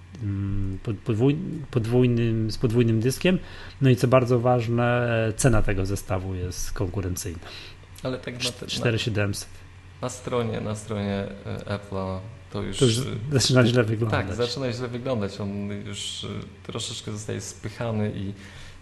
podwójnym, z podwójnym dyskiem. No i co bardzo ważne, cena tego zestawu jest konkurencyjna. Ale tak na, te, cztery tysiące siedemset. Na stronie, na stronie Apple'a to już... To już zaczyna źle wyglądać. Tak, zaczyna źle wyglądać. On już troszeczkę zostaje spychany i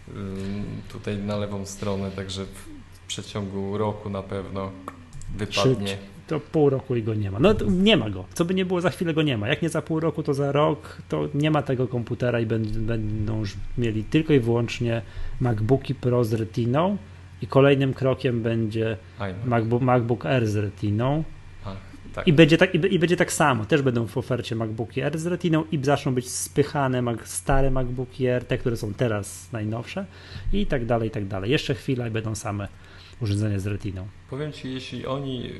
tutaj na lewą stronę, także w przeciągu roku na pewno wypadnie. To pół roku i go nie ma. No nie ma go. Co by nie było, za chwilę go nie ma. Jak nie za pół roku, to za rok to nie ma tego komputera i będą już mieli tylko i wyłącznie MacBooki Pro z Retiną i kolejnym krokiem będzie MacBook, MacBook Air z Retiną. Ach, tak. I, będzie tak, i, I będzie tak samo. Też będą w ofercie MacBooki Air z Retiną i zaczną być spychane stare MacBooki Air, te, które są teraz najnowsze i tak dalej, i tak dalej. Jeszcze chwila i będą same urządzenia z Retiną. Powiem Ci, jeśli oni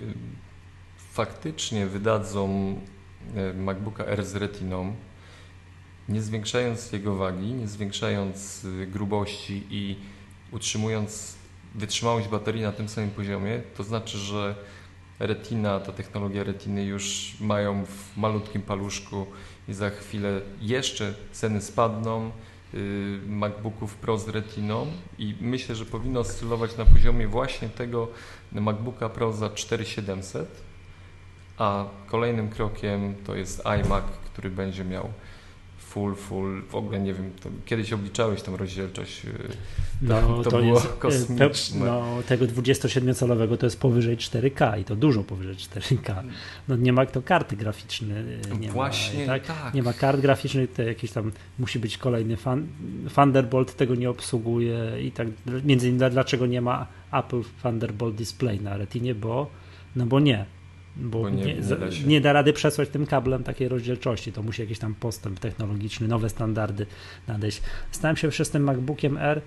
faktycznie wydadzą MacBooka Air z Retiną, nie zwiększając jego wagi, nie zwiększając grubości i utrzymując wytrzymałość baterii na tym samym poziomie, to znaczy, że Retina, ta technologia Retiny już mają w malutkim paluszku i za chwilę jeszcze ceny spadną MacBooków Pro z Retiną i myślę, że powinno oscylować na poziomie właśnie tego MacBooka Pro za cztery tysiące siedemset, a kolejnym krokiem to jest iMac, który będzie miał full, full, w ogóle nie wiem, to kiedyś obliczałeś tą rozdzielczość, no, to, to, to było jest, kosmiczne. No, tego dwudziestosiedmiocalowego to jest powyżej cztery K i to dużo powyżej cztery K. No nie ma to karty graficzne, nie Właśnie, ma, tak? tak. Nie ma kart graficznych, to jakiś tam musi być kolejny fan, Thunderbolt tego nie obsługuje i tak, między innymi dlaczego nie ma Apple Thunderbolt Display na Retinie, bo, no bo nie. Bo, bo nie, nie, nie, da nie da rady przesłać tym kablem takiej rozdzielczości, to musi jakiś tam postęp technologiczny, nowe standardy nadejść. Stałem się przez tym MacBookiem Air,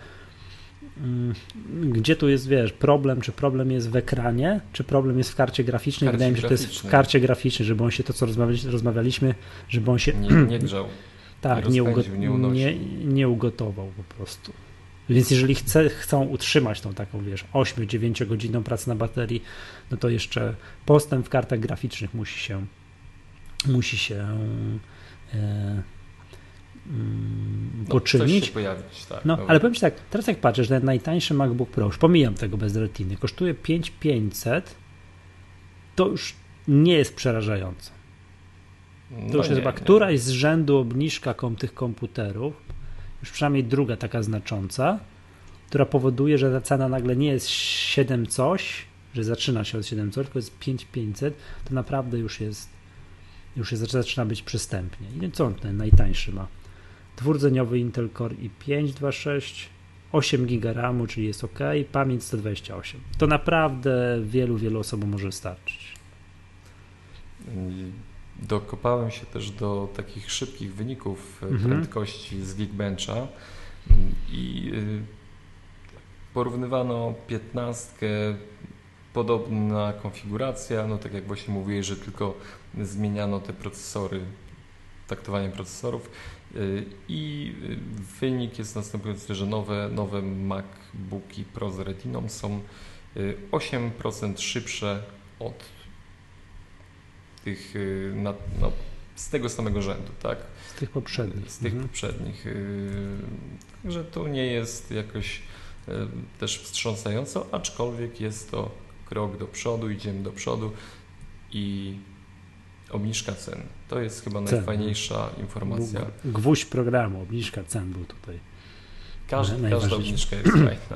gdzie tu jest, wiesz, problem, czy problem jest w ekranie, czy problem jest w karcie graficznej. Karcie Wydaje mi się, że to jest w karcie graficznej, żeby on się, to co rozmawialiśmy, rozmawialiśmy żeby on się nie, nie grzał, tak, nie, nie, ugo- nie, nie, nie ugotował po prostu. Więc jeżeli chce, chcą utrzymać tą taką, wiesz, osiem-dziewięć godzinną pracę na baterii, no to jeszcze postęp w kartach graficznych musi się musi się e, mm, poczynić. No, się pojawić, tak. No, ale powiem Ci tak, teraz jak patrzysz, ten najtańszy MacBook Pro, już pomijam tego bez retiny, kosztuje pięć tysięcy pięćset, to już nie jest przerażające. To no już jest nie, chyba nie. któraś z rzędu obniżka kom tych komputerów, już przynajmniej druga taka znacząca, która powoduje, że ta cena nagle nie jest siedem coś, że zaczyna się od siedem coś, tylko jest pięć tysięcy pięćset, to naprawdę już jest, już jest, zaczyna być przystępnie. I co on ten najtańszy ma? Dwurdzeniowy Intel Core i pięć dwa sześć, osiem giga ramu, czyli jest ok, pamięć sto dwadzieścia osiem. To naprawdę wielu, wielu osobom może wystarczyć. Dokopałem się też do takich szybkich wyników mhm. prędkości z Geekbencha i porównywano piętnastkę, podobna konfiguracja, no tak jak właśnie mówiłeś, że tylko zmieniano te procesory, taktowanie procesorów i wynik jest następujący, że nowe, nowe MacBooki Pro z Retiną są osiem procent szybsze od tych, no, no, z tego samego rzędu, tak? Z tych poprzednich. Z tych mhm. poprzednich. Także to nie jest jakoś też wstrząsająco, aczkolwiek jest to krok do przodu, idziemy do przodu i obniżka cen. To jest chyba cen. Najfajniejsza informacja. Gwóźdź programu, obniżka cen był tutaj. Każda, każda obniżka jest fajna.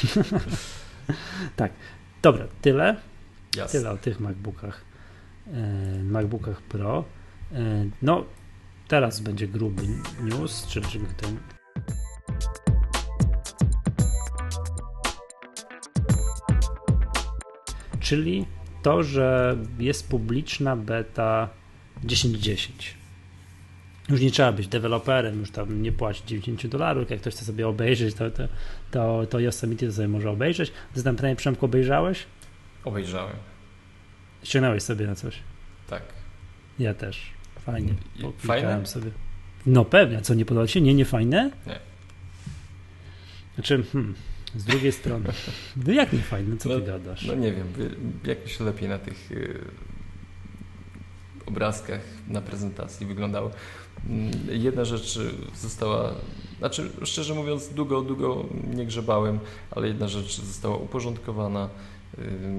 Tak, dobra, tyle. Jasne. Tyle o tych MacBookach. MacBookach Pro. No, teraz będzie gruby news, czyli ten czyli to, że jest publiczna beta dziesięć dziesięć. Już nie trzeba być deweloperem, już tam nie płacić dziewięćdziesiąt dolarów, jak ktoś chce sobie obejrzeć, to, to, to, to Yosemite to sobie może obejrzeć. Zadam pytanie, Przemku, obejrzałeś? Obejrzałem. Ściągnąłeś sobie na coś? Tak. Ja też. Fajnie. Fajne? Sobie. No pewnie, co nie podoba ci się? Nie, nie fajne? Nie. Znaczy, hmm, z drugiej strony, no jak nie fajne, co no, ty gadasz? No nie wiem, jakoś lepiej na tych yy, obrazkach na prezentacji wyglądało. Yy, jedna rzecz została, znaczy szczerze mówiąc długo, długo nie grzebałem, ale jedna rzecz została uporządkowana. Yy,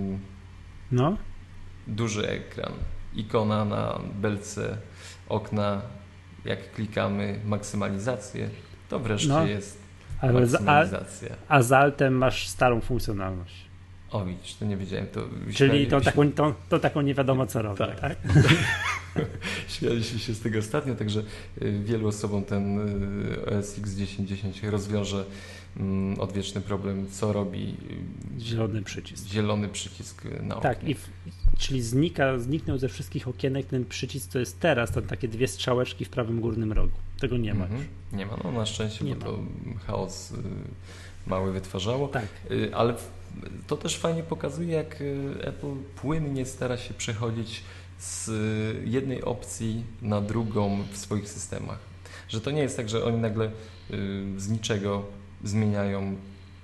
no? Duży ekran, ikona na belce okna, jak klikamy maksymalizację, to wreszcie no. jest maksymalizacja. A, a z altem masz starą funkcjonalność. O widzisz, to nie wiedziałem. To Czyli tą taką, tą, tą taką nie wiadomo co robi, tak? tak? Śmialiśmy się z tego ostatnio, także wielu osobom ten O S X dziesięć dziesięć rozwiąże odwieczny problem, co robi zielony przycisk. Zielony przycisk na oknie. Tak, i w, czyli znika, zniknął ze wszystkich okienek ten przycisk, co jest teraz, to takie dwie strzałeczki w prawym górnym rogu. Tego nie ma już. Mhm. Nie ma, no na szczęście, nie bo ma. To chaos mały wytwarzało. Tak. Ale to też fajnie pokazuje, jak Apple płynnie stara się przechodzić z jednej opcji na drugą w swoich systemach. Że to nie jest tak, że oni nagle z niczego zmieniają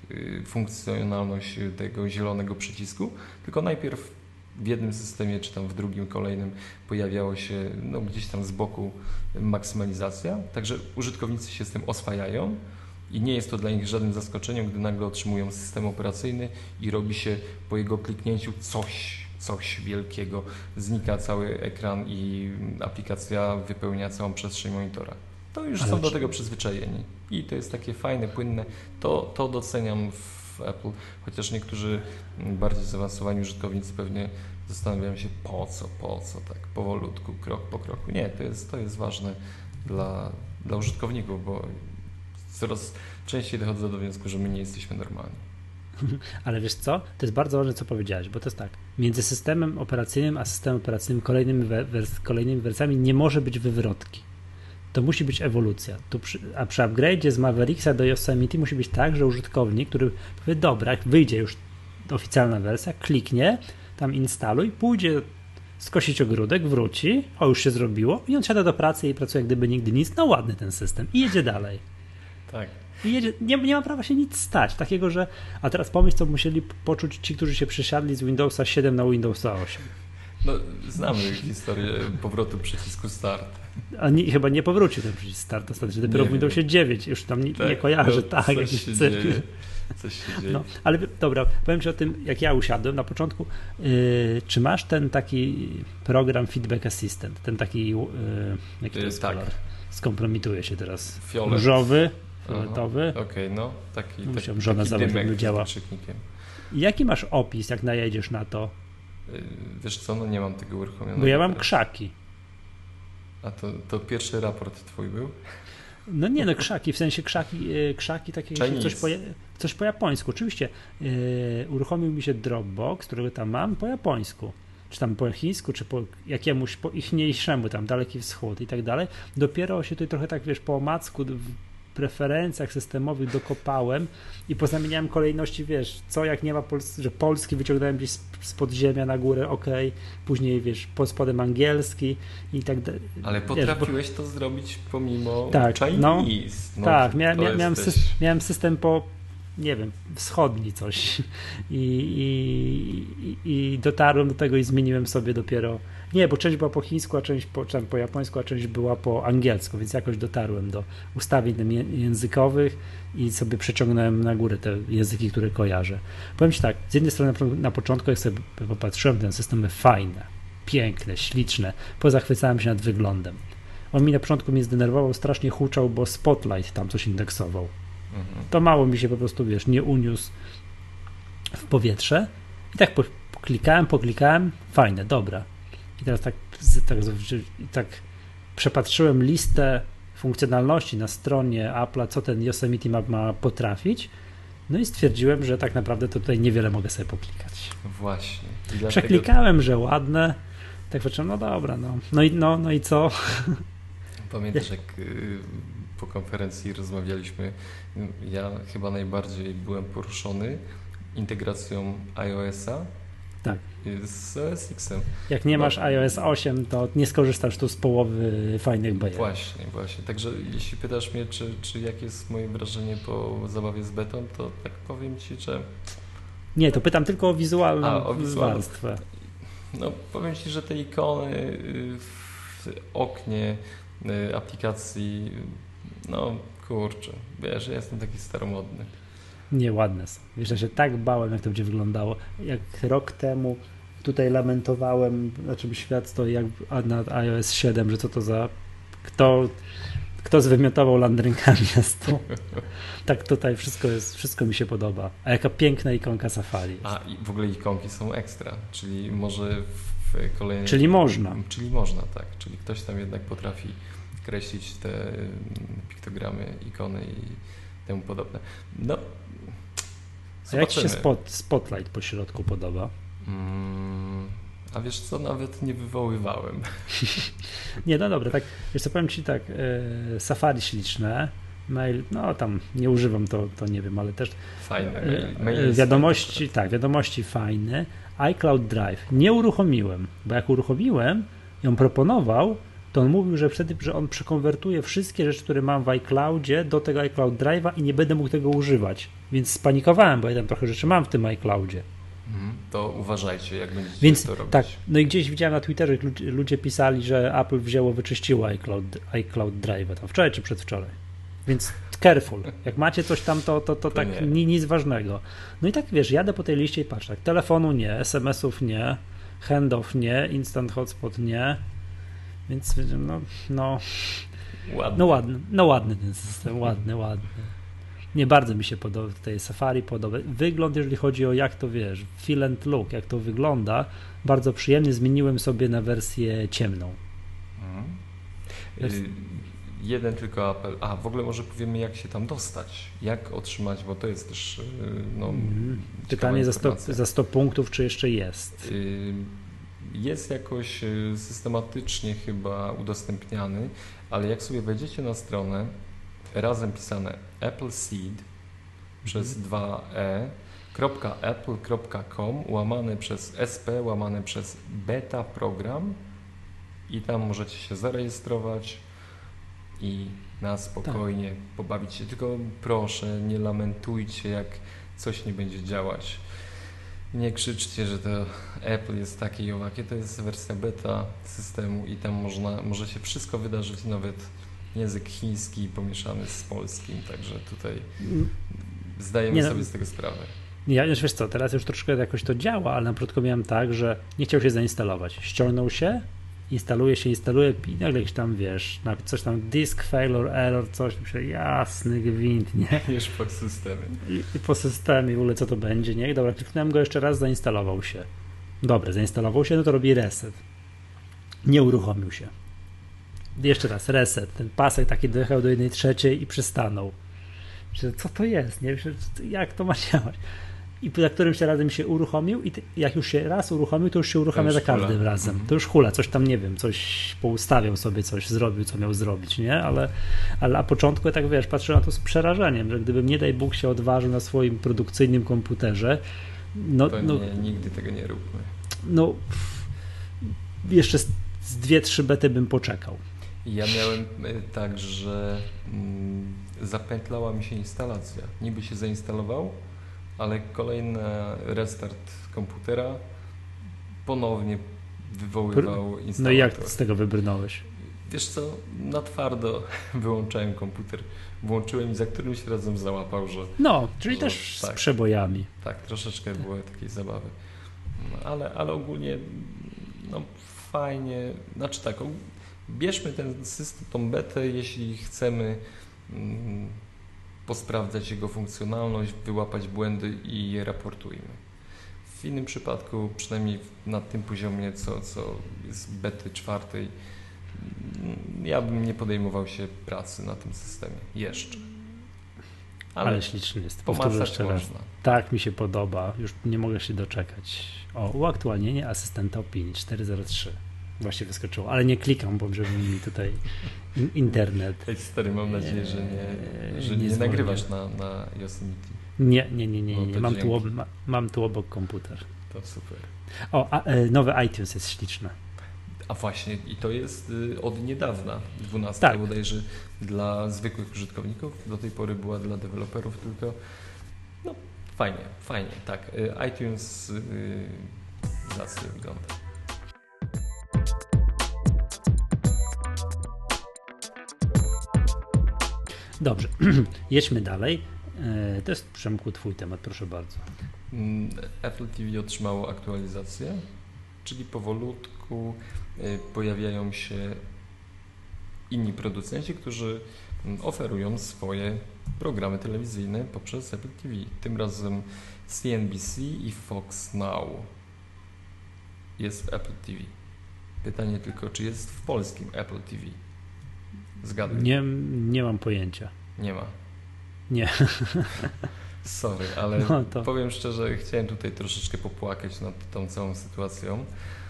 funkcjonalność tego zielonego przycisku, tylko najpierw w jednym systemie, czy tam w drugim, kolejnym pojawiało się no, gdzieś tam z boku maksymalizacja, także użytkownicy się z tym oswajają i nie jest to dla nich żadnym zaskoczeniem, gdy nagle otrzymują system operacyjny i robi się po jego kliknięciu coś, coś wielkiego, znika cały ekran i aplikacja wypełnia całą przestrzeń monitora. To już Ale są czy... do tego przyzwyczajeni i to jest takie fajne, płynne, to, to doceniam w Apple, chociaż niektórzy bardziej zaawansowani użytkownicy pewnie zastanawiają się po co, po co, tak powolutku, krok po kroku. Nie, to jest, to jest ważne dla, dla użytkowników, bo coraz częściej dochodzę do wniosku, że my nie jesteśmy normalni. Ale wiesz co? To jest bardzo ważne, co powiedziałeś, bo to jest tak, między systemem operacyjnym a systemem operacyjnym kolejnymi, wers- kolejnymi wersjami nie może być wywrotki. To musi być ewolucja. Tu przy, a przy upgrade'zie z Mavericksa do Yosemite musi być tak, że użytkownik, który powie, dobra, jak wyjdzie już oficjalna wersja, kliknie, tam instaluj, pójdzie skosić ogródek, wróci, o już się zrobiło i on siada do pracy i pracuje jak gdyby nigdy nic, no ładny ten system i jedzie dalej. Tak. I jedzie, nie, nie ma prawa się nic stać, takiego, że a teraz pomyśl, co musieli poczuć ci, którzy się przesiadli z Windowsa siedem na Windowsa osiem. No, znamy historię powrotu przycisku Start. A nie, chyba nie powrócił ten przycisk Start ostatecznie, dopiero w Windowsie dziewięć, już tam nie, tak, nie kojarzę, no, tak. Coś się dzieje, coś się dzieje. No, ale dobra, powiem ci o tym, jak ja usiadłem na początku. Yy, czy masz ten taki program Feedback Assistant, ten taki, yy, jaki to jest tak. kolor? Skompromituje się teraz. Fiolet. Różowy, fioletowy. Okej, okay, no, taki, no, taki, żona taki działa. I jaki masz opis, jak najedziesz na to? Wiesz co, no nie mam tego uruchomionego. Bo ja mam krzaki. A to, to pierwszy raport twój był? No nie, no krzaki, w sensie krzaki, krzaki takie coś po, coś po japońsku. Oczywiście yy, uruchomił mi się Dropbox, którego tam mam, po japońsku. Czy tam po chińsku, czy po jakiemuś po ichniejszemu, tam Daleki Wschód i tak dalej. Dopiero się tutaj trochę tak, wiesz, po omacku w preferencjach systemowych dokopałem i pozamieniałem kolejności, wiesz, co jak nie ma, Pols- że polski wyciągnąłem gdzieś z podziemia na górę, okej, okay. Później, wiesz, pod spodem angielski i tak dalej. Ale potrafiłeś wiesz, bo... to zrobić pomimo tak, Chinese. No, no, tak, mia- mia- miałem, system, miałem system po, nie wiem, wschodni coś I, i, i, i dotarłem do tego i zmieniłem sobie dopiero, nie, bo część była po chińsku, a część po, po japońsku, a część była po angielsku, więc jakoś dotarłem do ustawień językowych i sobie przeciągnąłem na górę te języki, które kojarzę. Powiem ci tak, z jednej strony na początku, jak sobie popatrzyłem, ten system jest fajne, piękne, śliczne, pozachwycałem się nad wyglądem. On mi na początku mnie zdenerwował, strasznie huczał, bo Spotlight tam coś indeksował. Mhm. To mało mi się po prostu, wiesz, nie uniósł w powietrze i tak poklikałem, poklikałem, fajne, dobra. I teraz tak, tak, tak przepatrzyłem listę funkcjonalności na stronie Apple'a, co ten Yosemite ma, ma potrafić. No i stwierdziłem, że tak naprawdę to tutaj niewiele mogę sobie poklikać. Właśnie. I dlatego... Przeklikałem, że ładne. Tak patrzyłem, no dobra, no. No i, no, no i co? Pamiętasz, jak y, po konferencji rozmawialiśmy, ja chyba najbardziej byłem poruszony integracją iOS-a tak. z O S X-em. Jak nie masz iOS osiem, to nie skorzystasz tu z połowy fajnych bajerów. Właśnie, właśnie. Także jeśli pytasz mnie, czy, czy jakie jest moje wrażenie po zabawie z betą, to tak powiem Ci, że... Nie, to pytam tylko o wizualną A, o wizualną. warstwę. No powiem Ci, że te ikony w oknie aplikacji, no kurczę, wiesz, ja jestem taki staromodny. Nieładne są. Wiesz, ja się tak bałem, jak to będzie wyglądało. Jak rok temu tutaj lamentowałem, znaczy świat stoi jak nad iOS siedem, że co to za... Kto, kto zwymiotował landrynkami na stół. Tak tutaj wszystko jest, wszystko mi się podoba. A jaka piękna ikonka Safari jest. A i w ogóle ikonki są ekstra, czyli może w kolejnej... Czyli można. Czyli można, tak. Czyli ktoś tam jednak potrafi kreślić te piktogramy, ikony i temu podobne. No, a jak Ci się spot, Spotlight po środku podoba? Mm, a wiesz co, nawet nie wywoływałem. Nie, no dobra, tak, wiesz co, powiem Ci tak, e, Safari śliczne, mail, no tam nie używam, to, to nie wiem, ale też fajne mail. E, mail wiadomości, tak, wiadomości fajne. iCloud Drive nie uruchomiłem, bo jak uruchomiłem, ją proponował, to on mówił, że wtedy, że on przekonwertuje wszystkie rzeczy, które mam w iCloudzie do tego iCloud Drive'a i nie będę mógł tego używać. Więc spanikowałem, bo ja tam trochę rzeczy mam w tym iCloudzie. Mhm, to uważajcie, jak będziecie Więc, to robić. Tak, no i gdzieś widziałem na Twitterze, ludzie, ludzie pisali, że Apple wzięło, wyczyściło iCloud, iCloud Drive'a tam wczoraj czy przedwczoraj. Więc careful. Jak macie coś tam, to, to, to, to tak nie. nic ważnego. No i tak wiesz, jadę po tej liście i patrzę, tak, telefonu nie, es em esów nie, handoff nie, instant hotspot nie. Więc no, no, ładny. no ładny, no ładny ten system, ładny, ładny. Nie bardzo mi się podoba, tutaj Safari podoba. Wygląd, jeżeli chodzi o jak to wiesz, feel and look, jak to wygląda, bardzo przyjemny. Zmieniłem sobie na wersję ciemną. Mhm. Y- jeden tylko apel. A, w ogóle może powiemy, jak się tam dostać, jak otrzymać, bo to jest też y- no, mm. Pytanie za sto, za sto punktów, czy jeszcze jest? Y- Jest jakoś systematycznie chyba udostępniany, ale jak sobie wejdziecie na stronę, razem pisane appleseed przez dwa e .apple kropka com łamane przez sp łamane przez beta program i tam możecie się zarejestrować i na spokojnie tak. pobawić się. Tylko proszę, nie lamentujcie, jak coś nie będzie działać. Nie krzyczcie, że to Apple jest takie i owakie, to jest wersja beta systemu i tam można, może się wszystko wydarzyć, nawet język chiński pomieszany z polskim, także tutaj zdajemy nie, sobie z tego sprawę. Ja już wiesz co, teraz już troszkę jakoś to działa, ale na początku miałem tak, że nie chciał się zainstalować. Ściągnął się, instaluje się, instaluje i nagle gdzieś tam, wiesz, coś tam disk failure, error, coś, myślę, jasny gwint, nie? Już po systemie. I, I po systemie, w ogóle co to będzie, nie? I dobra, kliknąłem go jeszcze raz, zainstalował się. Dobra, zainstalował się, no to robi reset. Nie uruchomił się. Jeszcze raz, reset. Ten pasek taki dojechał do jednej trzeciej i przystanął. Myślę, co to jest, nie? Myślę, jak to ma działać? I za którymś razem się uruchomił i jak już się raz uruchomił, to już się uruchamia już za każdym hula. razem. Mhm. To już hula, coś tam, nie wiem, coś poustawiał sobie, coś zrobił, co miał zrobić, nie? Ale, ale na początku ja tak, wiesz, patrzyłem na to z przerażeniem, że gdybym, nie daj Bóg, się odważył na swoim produkcyjnym komputerze, no... To no, nie, nigdy tego nie róbmy. No, jeszcze z, z dwie, trzy bety bym poczekał. Ja miałem tak, że mm, zapętlała mi się instalacja. Niby się zainstalował, ale kolejny restart komputera ponownie wywoływał instalator. No i jak z tego wybrnąłeś? Wiesz co, na twardo wyłączałem komputer, włączyłem i za którymś razem załapał, że... No, czyli że, też tak, z przebojami. Tak, troszeczkę było takiej zabawy. No, ale, ale ogólnie no fajnie, znaczy tak, bierzmy ten system, tą betę, jeśli chcemy mm, posprawdzać jego funkcjonalność, wyłapać błędy i je raportujmy. W innym przypadku, przynajmniej na tym poziomie, co, co jest bety czwartej, ja bym nie podejmował się pracy na tym systemie. Jeszcze. Ale, ale śliczny jest. Powtórzę jeszcze raz. Tak mi się podoba. Już nie mogę się doczekać. O, uaktualnienie asystenta opinii cztery zero trzy. Właśnie wyskoczyło, ale nie klikam, bo żeby mi tutaj in- internet. Ej, stary, mam nadzieję, że nie, że nie, nie nagrywasz na, na Yosemite. Nie, nie, nie, nie. nie. Mam, tu ob, ma, mam tu obok komputer. To super. O, a, e, nowy iTunes jest śliczne. A właśnie, i to jest y, od niedawna, dwunastego tak. bodajże dla zwykłych użytkowników. Do tej pory była dla deweloperów tylko. No, fajnie, fajnie, tak. Y, iTunes y, zacnie wygląda. Dobrze, jedźmy dalej. To jest, Przemku, twój temat, proszę bardzo. Apple T V otrzymało aktualizację, czyli powolutku pojawiają się inni producenci, którzy oferują swoje programy telewizyjne poprzez Apple T V. Tym razem C N B C i Fox Now jest w Apple T V. Pytanie tylko, czy jest w polskim Apple T V? Zgaduj. Nie, nie mam pojęcia. Nie ma. Nie. Sorry, ale no to... powiem szczerze, chciałem tutaj troszeczkę popłakać nad tą całą sytuacją.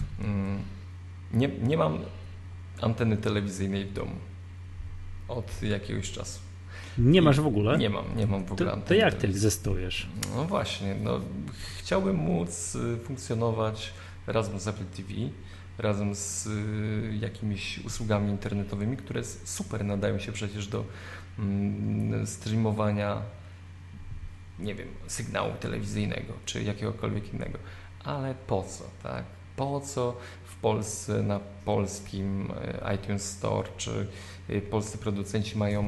Nie, nie mam anteny telewizyjnej w domu od jakiegoś czasu. Nie I masz w ogóle? Nie mam, nie mam w ogóle to, anteny. To jak ty egzystujesz? No właśnie, no, chciałbym móc funkcjonować razem z Apple T V, razem z jakimiś usługami internetowymi, które super nadają się przecież do mm, streamowania, nie wiem, sygnału telewizyjnego czy jakiegokolwiek innego. Ale po co, tak? Po co w Polsce na polskim iTunes Store czy polscy producenci mają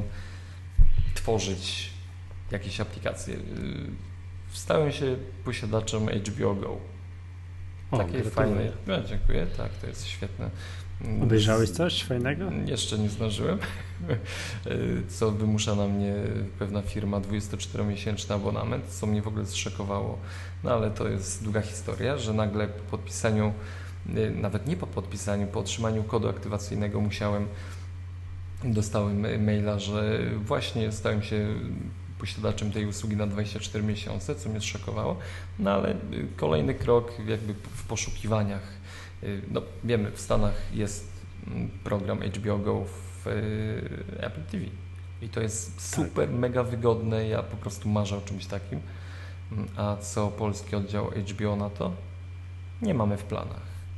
tworzyć jakieś aplikacje? Stałem się posiadaczem H B O Go. Takie fajne. No, dziękuję, tak, to jest świetne. Obejrzałeś coś fajnego? Jeszcze nie zdążyłem, co wymusza na mnie pewna firma dwudziestoczteromiesięczny abonament, co mnie w ogóle zszokowało. No ale to jest długa historia, że nagle po podpisaniu, nawet nie po podpisaniu, po otrzymaniu kodu aktywacyjnego musiałem, dostałem maila, że właśnie stałem się posiadaczem tej usługi na dwadzieścia cztery miesiące, co mnie zszokowało, no ale kolejny krok jakby w poszukiwaniach. No wiemy, w Stanach jest program H B O Go w Apple T V i to jest super, tak. mega wygodne, ja po prostu marzę o czymś takim, a co polski oddział H B O na to? Nie mamy w planach.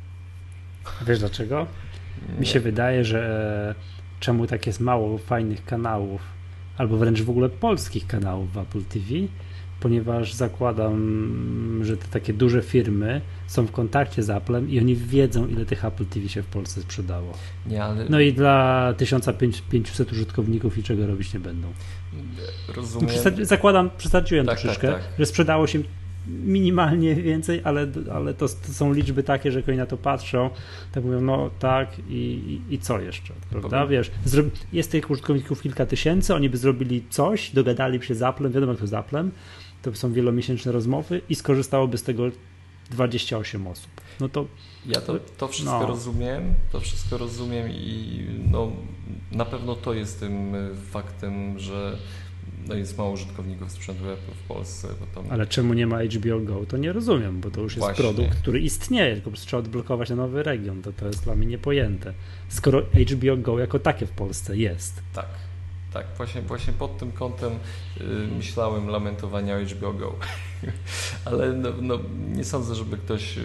A wiesz dlaczego? Nie. Mi się wydaje, że czemu tak jest mało fajnych kanałów, albo wręcz w ogóle polskich kanałów w Apple T V, ponieważ zakładam, że te takie duże firmy są w kontakcie z Applem i oni wiedzą, ile tych Apple T V się w Polsce sprzedało. Nie, ale... No i dla tysiąc pięćset użytkowników niczego robić nie będą. Rozumiem. Przesadzi- zakładam, przesadziłem tak, troszeczkę, tak, tak. że sprzedało się minimalnie więcej, ale, ale to, to są liczby takie, że jak oni na to patrzą, tak mówią, no tak i, i, i co jeszcze, prawda? Powiem. Wiesz, zro- jest tych użytkowników kilka tysięcy, oni by zrobili coś, dogadali się z Applem, wiadomo jak to z Applem, to są wielomiesięczne rozmowy i skorzystałoby z tego dwadzieścia osiem osób. No to ja to, to wszystko no. rozumiem, to wszystko rozumiem i no, na pewno to jest tym faktem, że no jest mało użytkowników sprzętu Apple w Polsce. Bo tam... Ale czemu nie ma H B O Go? To nie rozumiem, bo to już jest Właśnie. produkt, który istnieje, tylko po prostu trzeba odblokować na nowy region. To, to jest dla mnie niepojęte. Skoro H B O Go jako takie w Polsce jest. Tak, tak. Właśnie, właśnie pod tym kątem yy, myślałem lamentowania o H B O Go. Ale no, no, nie sądzę, żeby ktoś yy,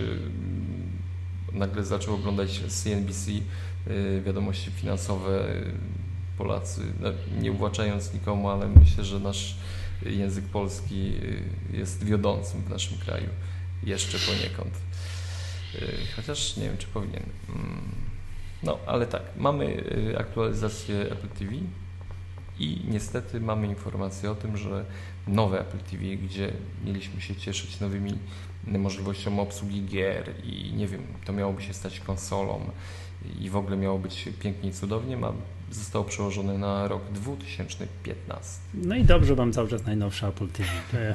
nagle zaczął oglądać C N B C, yy, wiadomości finansowe, yy, Polacy, no, nie uwłaczając nikomu, ale myślę, że nasz język polski jest wiodącym w naszym kraju. Jeszcze poniekąd. Chociaż nie wiem, czy powinien. No, ale tak, mamy aktualizację Apple T V i niestety mamy informację o tym, że nowe Apple T V, gdzie mieliśmy się cieszyć nowymi możliwością obsługi gier i nie wiem, to miałoby się stać konsolą i w ogóle miało być pięknie i cudownie, ma, zostało przełożone na rok dwa tysiące piętnasty. No i dobrze, mam cały czas najnowsze Apple T V. Ja.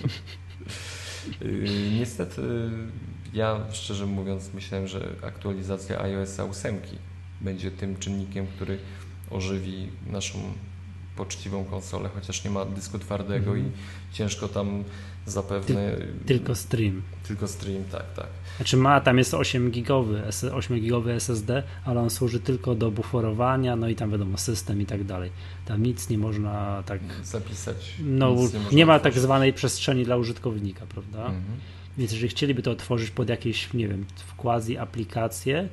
Niestety ja szczerze mówiąc myślałem, że aktualizacja iOS osiem będzie tym czynnikiem, który ożywi naszą poczciwą konsolę, chociaż nie ma dysku twardego Mhm. i ciężko tam zapewne... Tylko stream. Tylko stream, tak, tak. Znaczy ma, tam jest osiem gigowy, osiem gigowy S S D, ale on służy tylko do buforowania, no i tam wiadomo, system i tak dalej. Tam nic nie można tak... Zapisać. No nic nie, można nie ma otworzyć. tak zwanej przestrzeni dla użytkownika, prawda? Mhm. Więc jeżeli chcieliby to otworzyć pod jakieś, nie wiem, quasi aplikacje,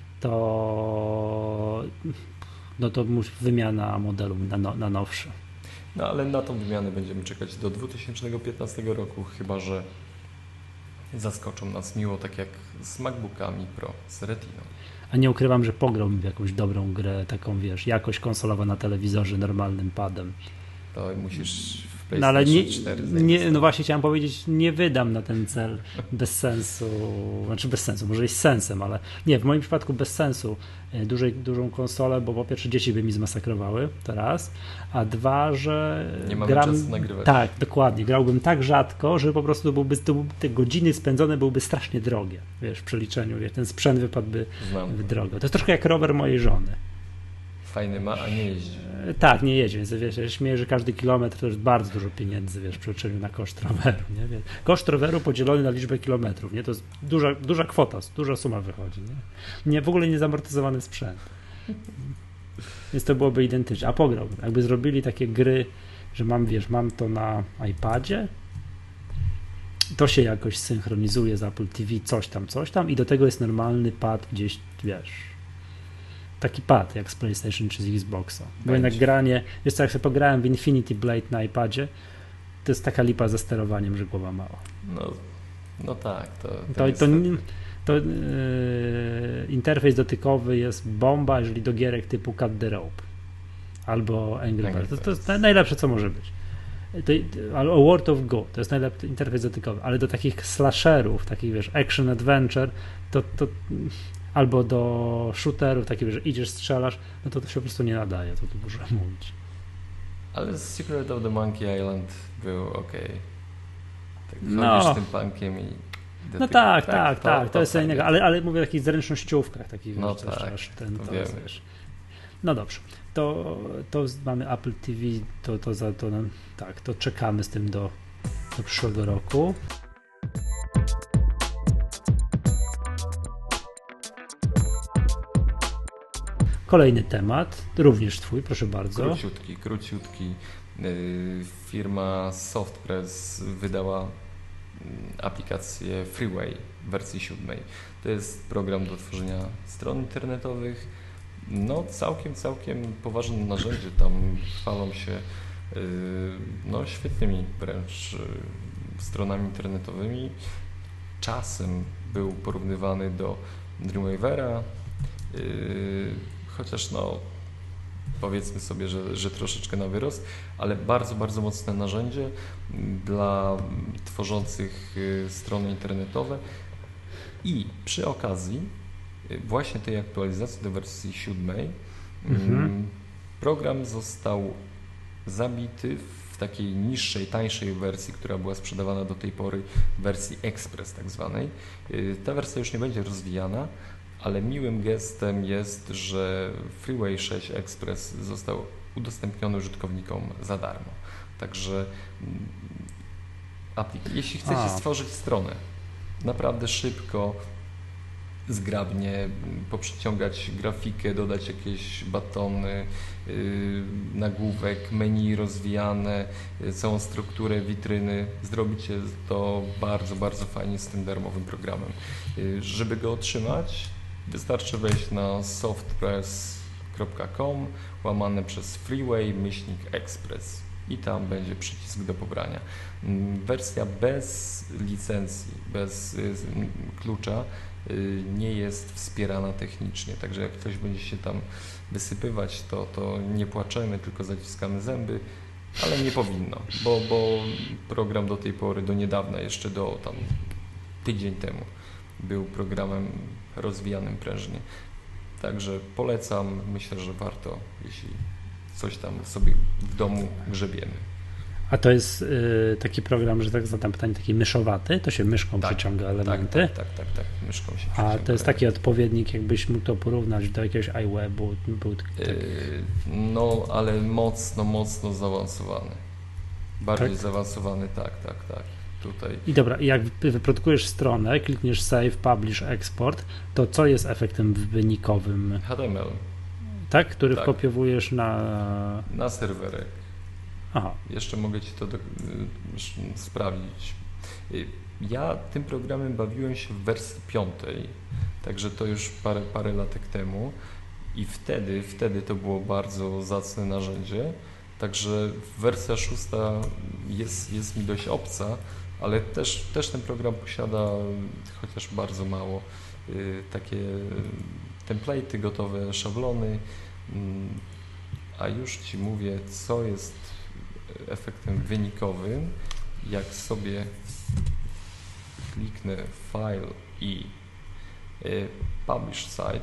to no to musi wymiana modelu na, no, na nowszy. No ale na tą wymianę będziemy czekać do dwa tysiące piętnastego roku, chyba że zaskoczą nas miło, tak jak z MacBookami Pro, z Retiną. A nie ukrywam, że pograłbym w jakąś dobrą grę, taką wiesz, jakość konsolowa na telewizorze, normalnym padem. To musisz w No ale nie, PlayStation cztery nie, zainwestować. no właśnie chciałem powiedzieć, nie wydam na ten cel bez sensu, znaczy bez sensu, może i z sensem, ale nie, w moim przypadku bez sensu dużej, dużą konsolę, bo po pierwsze dzieci by mi zmasakrowały, to raz, a dwa, że Nie mamy gram, czasu nagrywać. tak, dokładnie, grałbym tak rzadko, że po prostu to byłby, to byłby, te godziny spędzone byłyby strasznie drogie, wiesz, w przeliczeniu, wiesz, ten sprzęt wypadłby Znam. w drogo. To jest troszkę jak rower mojej żony. Fajny ma, a nie jeździ. Tak, nie jedzie, więc wiesz, ja się śmieję, że każdy kilometr to jest bardzo dużo pieniędzy, wiesz, w przeliczeniu na koszt roweru, nie? Więc koszt roweru podzielony na liczbę kilometrów, nie? To jest duża, duża kwota, duża suma wychodzi, nie? Nie, w ogóle niezamortyzowany sprzęt. Więc to byłoby identyczne. A pograłbym, jakby zrobili takie gry, że mam, wiesz, mam to na iPadzie, to się jakoś synchronizuje z Apple T V, coś tam, coś tam i do tego jest normalny pad gdzieś, wiesz, taki pad jak z PlayStation czy z Xboxa. Bo Będzie. jednak granie, wiesz co, jak sobie pograłem w Infinity Blade na iPadzie, to jest taka lipa ze sterowaniem, że głowa mała. No, no tak. To, to, To, to, niestety. to yy, interfejs dotykowy jest bomba, jeżeli do gierek typu Cut the Rope albo Angry Angry Birds. To, to jest Birds. najlepsze, co może być. To, albo World of Go, to jest najlepszy interfejs dotykowy, ale do takich slasherów, takich wiesz, action adventure, to, to albo do shooterów, takich, że idziesz, strzelasz, no to to się po prostu nie nadaje, to tu muszę mówić. Ale Secret of the Monkey Island był ok. Tak No. chodzisz tym punkiem i... No tak, tak, tak, to, to jest co fajnie. innego, ale, ale mówię o takich zręcznościówkach, takich, No wiesz, tak, też, ten, to to wiemy. jest, wiesz. No dobrze, to, to mamy Apple T V, to, to za to, nam- tak, to czekamy z tym do, do przyszłego roku. Kolejny temat, również twój, proszę bardzo. Króciutki, króciutki. Yy, Firma Softpress wydała mm, aplikację Freeway w wersji siódmej. To jest program do tworzenia stron internetowych. No całkiem, całkiem poważne narzędzie. Tam chwalą się yy, no, świetnymi wręcz yy, stronami internetowymi. Czasem był porównywany do Dreamweavera, yy, chociaż no powiedzmy sobie, że, że troszeczkę na wyrost, ale bardzo, bardzo mocne narzędzie dla tworzących y, strony internetowe i przy okazji y, właśnie tej aktualizacji do wersji siódmej Mhm. mm, program został zabity w takiej niższej, tańszej wersji, która była sprzedawana do tej pory, wersji Express tak zwanej. Y, Ta wersja już nie będzie rozwijana, ale miłym gestem jest, że Freeway sześć Express został udostępniony użytkownikom za darmo. Także mm, aplik- jeśli chcecie A. stworzyć stronę naprawdę szybko, zgrabnie, m, poprzyciągać grafikę, dodać jakieś batony, yy, nagłówek, menu rozwijane, yy, całą strukturę witryny, zrobicie to bardzo, bardzo fajnie z tym darmowym programem. Yy, żeby go otrzymać, wystarczy wejść na softpress kropka com łamane przez Freeway myślnik Express i tam będzie przycisk do pobrania. Mm, Wersja bez licencji, bez y, z- m, klucza y, nie jest wspierana technicznie, także jak ktoś będzie się tam wysypywać, to, to nie płaczemy, tylko zaciskamy zęby, ale nie powinno, bo, bo program do tej pory, do niedawna, jeszcze do tam tydzień temu był programem rozwijanym prężnie. Także polecam, myślę, że warto, jeśli coś tam sobie w domu grzebiemy. A to jest y, taki program, że tak zadam pytanie, taki myszowaty, to się myszką tak, przeciąga elementy. Tak, tak, tak, tak, tak. myszką się przeciąga. A to jest taki odpowiednik, jakbyś mógł to porównać do jakiegoś iWebu. Był tak... yy, no, ale mocno, mocno zaawansowany. Bardziej tak? zaawansowany, tak, tak, tak. Tutaj. I dobra, i jak wyprodukujesz stronę, klikniesz Save, Publish, Export, to co jest efektem wynikowym? H T M L. Tak? Który tak. wkopiowujesz na... Na serwerek. Aha. Jeszcze mogę Ci to do, y, sprawdzić. Y, ja tym programem bawiłem się w wersji piątej, także to już parę, parę latek temu i wtedy, wtedy to było bardzo zacne narzędzie, także wersja szósta jest, jest mi dość obca, ale też, też ten program posiada, chociaż bardzo mało, y, takie template'y, gotowe szablony, y, a już Ci mówię, co jest efektem wynikowym, jak sobie kliknę File i y, Publish Site.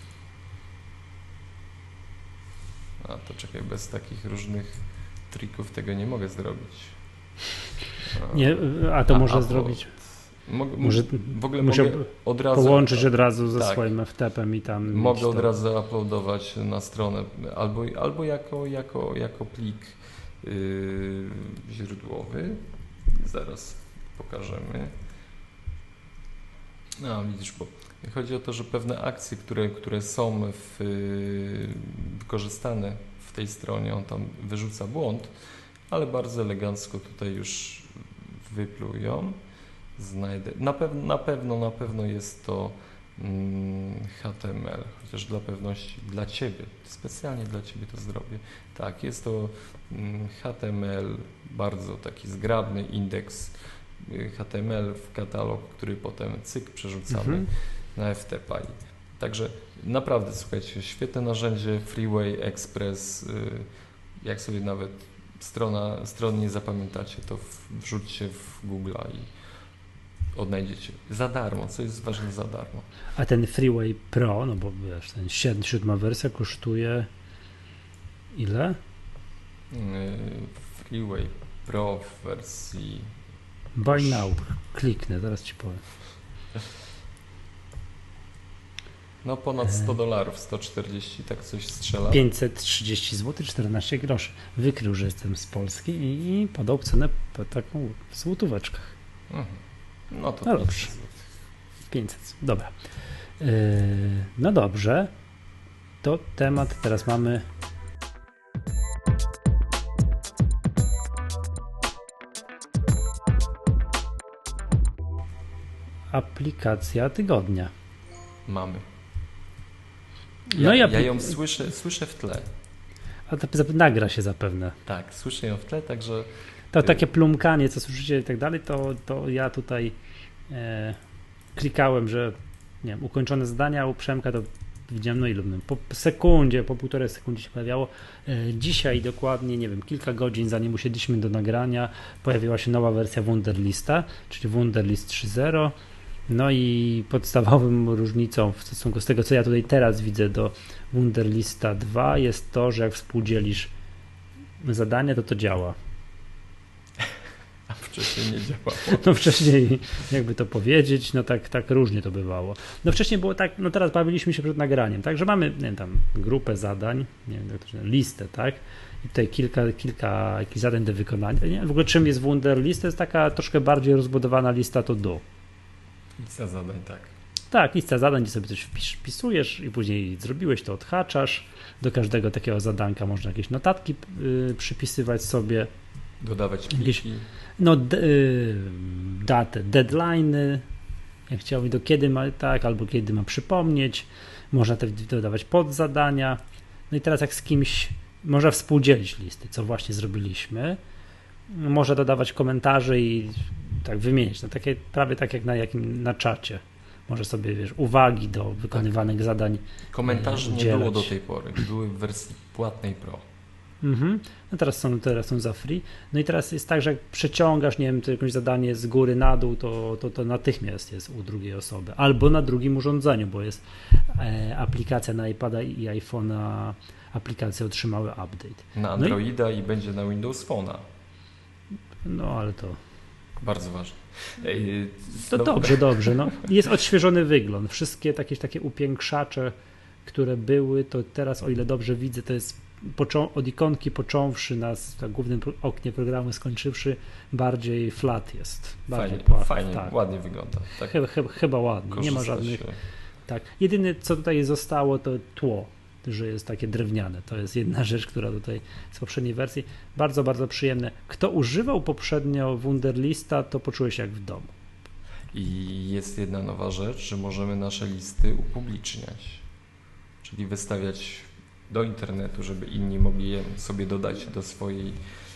A to czekaj, bez takich różnych trików tego nie mogę zrobić. A, nie, a to a, może upload. zrobić. Mogę, może w ogóle muszę mogę od razu połączyć od razu ze tak, swoim F T P-em i tam. Mogę od to... razu uploadować na stronę albo, albo jako, jako, jako plik Yy, źródłowy. Zaraz pokażemy. No widzisz, bo chodzi o to, że pewne akcje, które, które są w, yy, wykorzystane w tej stronie, on tam wyrzuca błąd, ale bardzo elegancko tutaj już wyplują. Znajdę. Na, pew na pewno, na pewno jest to mm, H T M L, chociaż dla pewności dla Ciebie, specjalnie dla Ciebie to zrobię. Tak, jest to mm, H T M L, bardzo taki zgrabny indeks y, H T M L w katalog, który potem cyk przerzucamy mhm. na F T P I. Także naprawdę, słuchajcie, świetne narzędzie, Freeway, Express, y, jak sobie nawet strona, stron nie zapamiętacie, to w, wrzućcie w Google'a i odnajdziecie za darmo, co jest ważne, za darmo. A ten Freeway Pro, no bo wiesz, ten siódma wersja kosztuje ile? Yy, Freeway Pro w wersji... Buy now, kliknę, zaraz Ci powiem. No ponad sto dolarów, sto czterdzieści, tak coś strzela. pięćset trzydzieści złotych, czternaście groszy. Wykrył, że jestem z Polski i, i podał cenę po taką w złotóweczkach. Mhm. No to no dobrze. pięćset, dobra. Yy, no dobrze. To temat, teraz mamy aplikacja tygodnia. Mamy. Ja, no ja, ja ją słyszę, słyszę w tle. A to nagra się zapewne. Tak, słyszę ją w tle, także... To takie plumkanie, co słyszycie i tak dalej, to, to ja tutaj e, klikałem, że nie wiem, ukończone zdania u Przemka, to widziałem, no ilu, po sekundzie, po półtorej sekundzie się pojawiało. E, dzisiaj dokładnie, nie wiem, kilka godzin zanim usiedliśmy do nagrania, pojawiła się nowa wersja Wunderlista, czyli Wunderlist trzy zero. No i podstawową różnicą w stosunku z tego, co ja tutaj teraz widzę do Wunderlista dwa jest to, że jak współdzielisz zadania, to to działa. A wcześniej nie działało. No wcześniej, jakby to powiedzieć, no tak, tak różnie to bywało. No wcześniej było tak, no teraz bawiliśmy się przed nagraniem, tak, że mamy, nie wiem, tam grupę zadań, nie wiem, listę, tak, i tutaj kilka, kilka jakichś zadań do wykonania. Nie? W ogóle czym jest Wunderlist? To jest taka troszkę bardziej rozbudowana lista to do. Lista zadań, tak. Tak, lista zadań, gdzie sobie coś wpisujesz i później zrobiłeś, to odhaczasz. Do każdego takiego zadanka można jakieś notatki y, przypisywać sobie. Dodawać pliki. Jakieś, no, d- y, datę, deadline'y, jak chciałbym, do kiedy ma, tak, albo kiedy ma przypomnieć. Można też dodawać podzadania. No i teraz jak z kimś można współdzielić listy, co właśnie zrobiliśmy. Można dodawać komentarze i tak wymienić, no takie, prawie tak jak na, jakim, na czacie. Może sobie, wiesz, uwagi do wykonywanych tak. zadań Komentarzy nie było do tej pory, były w wersji płatnej Pro. Mhm. No teraz są, teraz są za free. No i teraz jest tak, że jak przeciągasz, nie wiem, to jakieś zadanie z góry na dół, to, to, to natychmiast jest u drugiej osoby. Albo na drugim urządzeniu, bo jest e, aplikacja na iPada i iPhone'a, aplikacje otrzymały update. Na Androida no i, i będzie na Windows Phone'a. No ale to... Bardzo ważne. To no, dobrze, dobrze. No. Jest odświeżony wygląd. Wszystkie takie, takie upiększacze, które były, to teraz, o ile dobrze widzę, to jest od ikonki począwszy na głównym oknie programu, skończywszy, bardziej flat jest. Bardziej fajnie, płat, fajnie tak. ładnie wygląda. Tak? Chyba, chyba, chyba ładnie, Korzysta nie ma żadnych... Się. Tak. Jedyne, co tutaj zostało, to tło, że jest takie drewniane. To jest jedna rzecz, która tutaj z poprzedniej wersji. Bardzo, bardzo przyjemne. Kto używał poprzednio Wunderlista, to poczułeś się jak w domu. I jest jedna nowa rzecz, że możemy nasze listy upubliczniać. Czyli wystawiać do internetu, żeby inni mogli je sobie dodać do swojej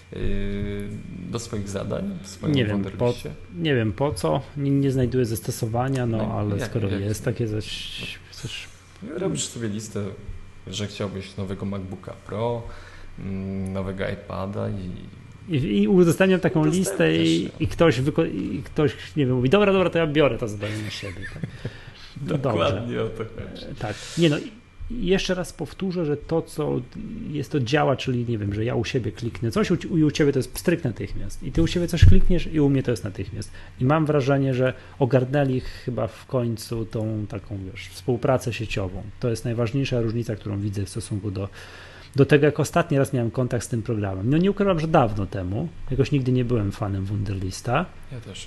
do swoich zadań w swoim nie wiem, po, nie wiem po co, nie, nie znajduję zastosowania, no, no ale jak, skoro jak, jest jak, takie coś, coś... Robisz sobie listę, że chciałbyś nowego MacBooka Pro, nowego iPada i I, i udostępniam taką listę i, i, ktoś wyko- i ktoś, nie wiem, mówi, dobra, dobra, to ja biorę to zadanie na siebie. Tak. Dokładnie o to chodzi. Tak, nie no, jeszcze raz powtórzę, że to, co jest to działa, czyli nie wiem, że ja u siebie kliknę coś i u, u ciebie to jest pstryk natychmiast i ty u siebie coś klikniesz i u mnie to jest natychmiast. I mam wrażenie, że ogarnęli chyba w końcu tą taką, wiesz, współpracę sieciową. To jest najważniejsza różnica, którą widzę w stosunku do Do tego, jak ostatni raz miałem kontakt z tym programem. No nie ukrywam, że dawno temu. Jakoś nigdy nie byłem fanem Wunderlista. Ja też.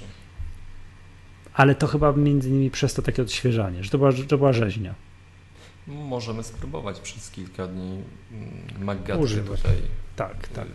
Ale to chyba między innymi przez to takie odświeżanie, że to była, że to była rzeźnia. Możemy spróbować przez kilka dni MacGadry tutaj. Tak, tak.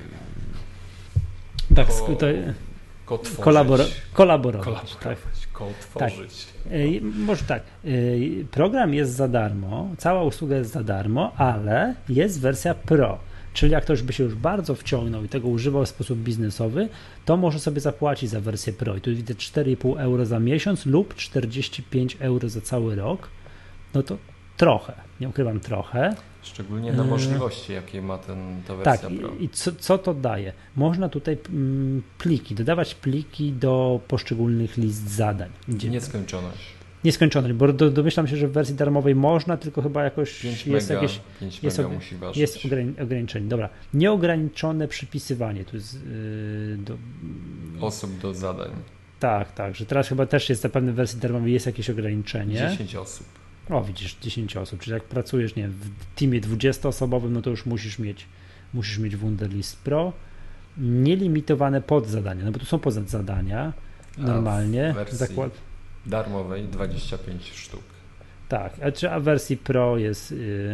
Tak, ko, tutaj kolabora- kolaborować. kolaborować tak. Tworzyć. Tak. E, może tak, e, program jest za darmo, cała usługa jest za darmo, ale jest wersja Pro, czyli jak ktoś by się już bardzo wciągnął i tego używał w sposób biznesowy, to może sobie zapłacić za wersję Pro i tu widzę cztery i pół euro za miesiąc lub czterdzieści pięć euro za cały rok, no to trochę, nie ukrywam trochę. Szczególnie na możliwości, jakie ma ten, ta wersja tak, Pro. I, i co, co to daje? Można tutaj mm, pliki, dodawać pliki do poszczególnych list zadań. Gdzie... Nieskończoność. Nieskończoność, bo do, domyślam się, że w wersji darmowej można, tylko chyba jakoś pięć jest mega, jakieś pięć jest, mega musi ważyć. jest ograniczenie. Dobra, nieograniczone przypisywanie. Tu jest, yy, do... osób do zadań. Tak, tak, że teraz chyba też jest zapewne w wersji darmowej jest jakieś ograniczenie. dziesięć osób. O, widzisz, dziesięć osób, czyli jak pracujesz, nie, w teamie dwudziestoosobowym, no to już musisz mieć, musisz mieć Wunderlist Pro. Nielimitowane podzadania, no bo tu są podzadania normalnie. A w wersji zakład... darmowej dwadzieścia pięć sztuk. Tak, a w wersji Pro jest yy,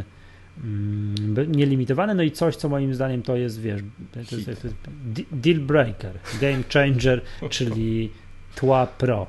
yy, nielimitowane, no i coś, co moim zdaniem to jest, wiesz, to jest, to jest deal breaker, game changer, czyli tła Pro.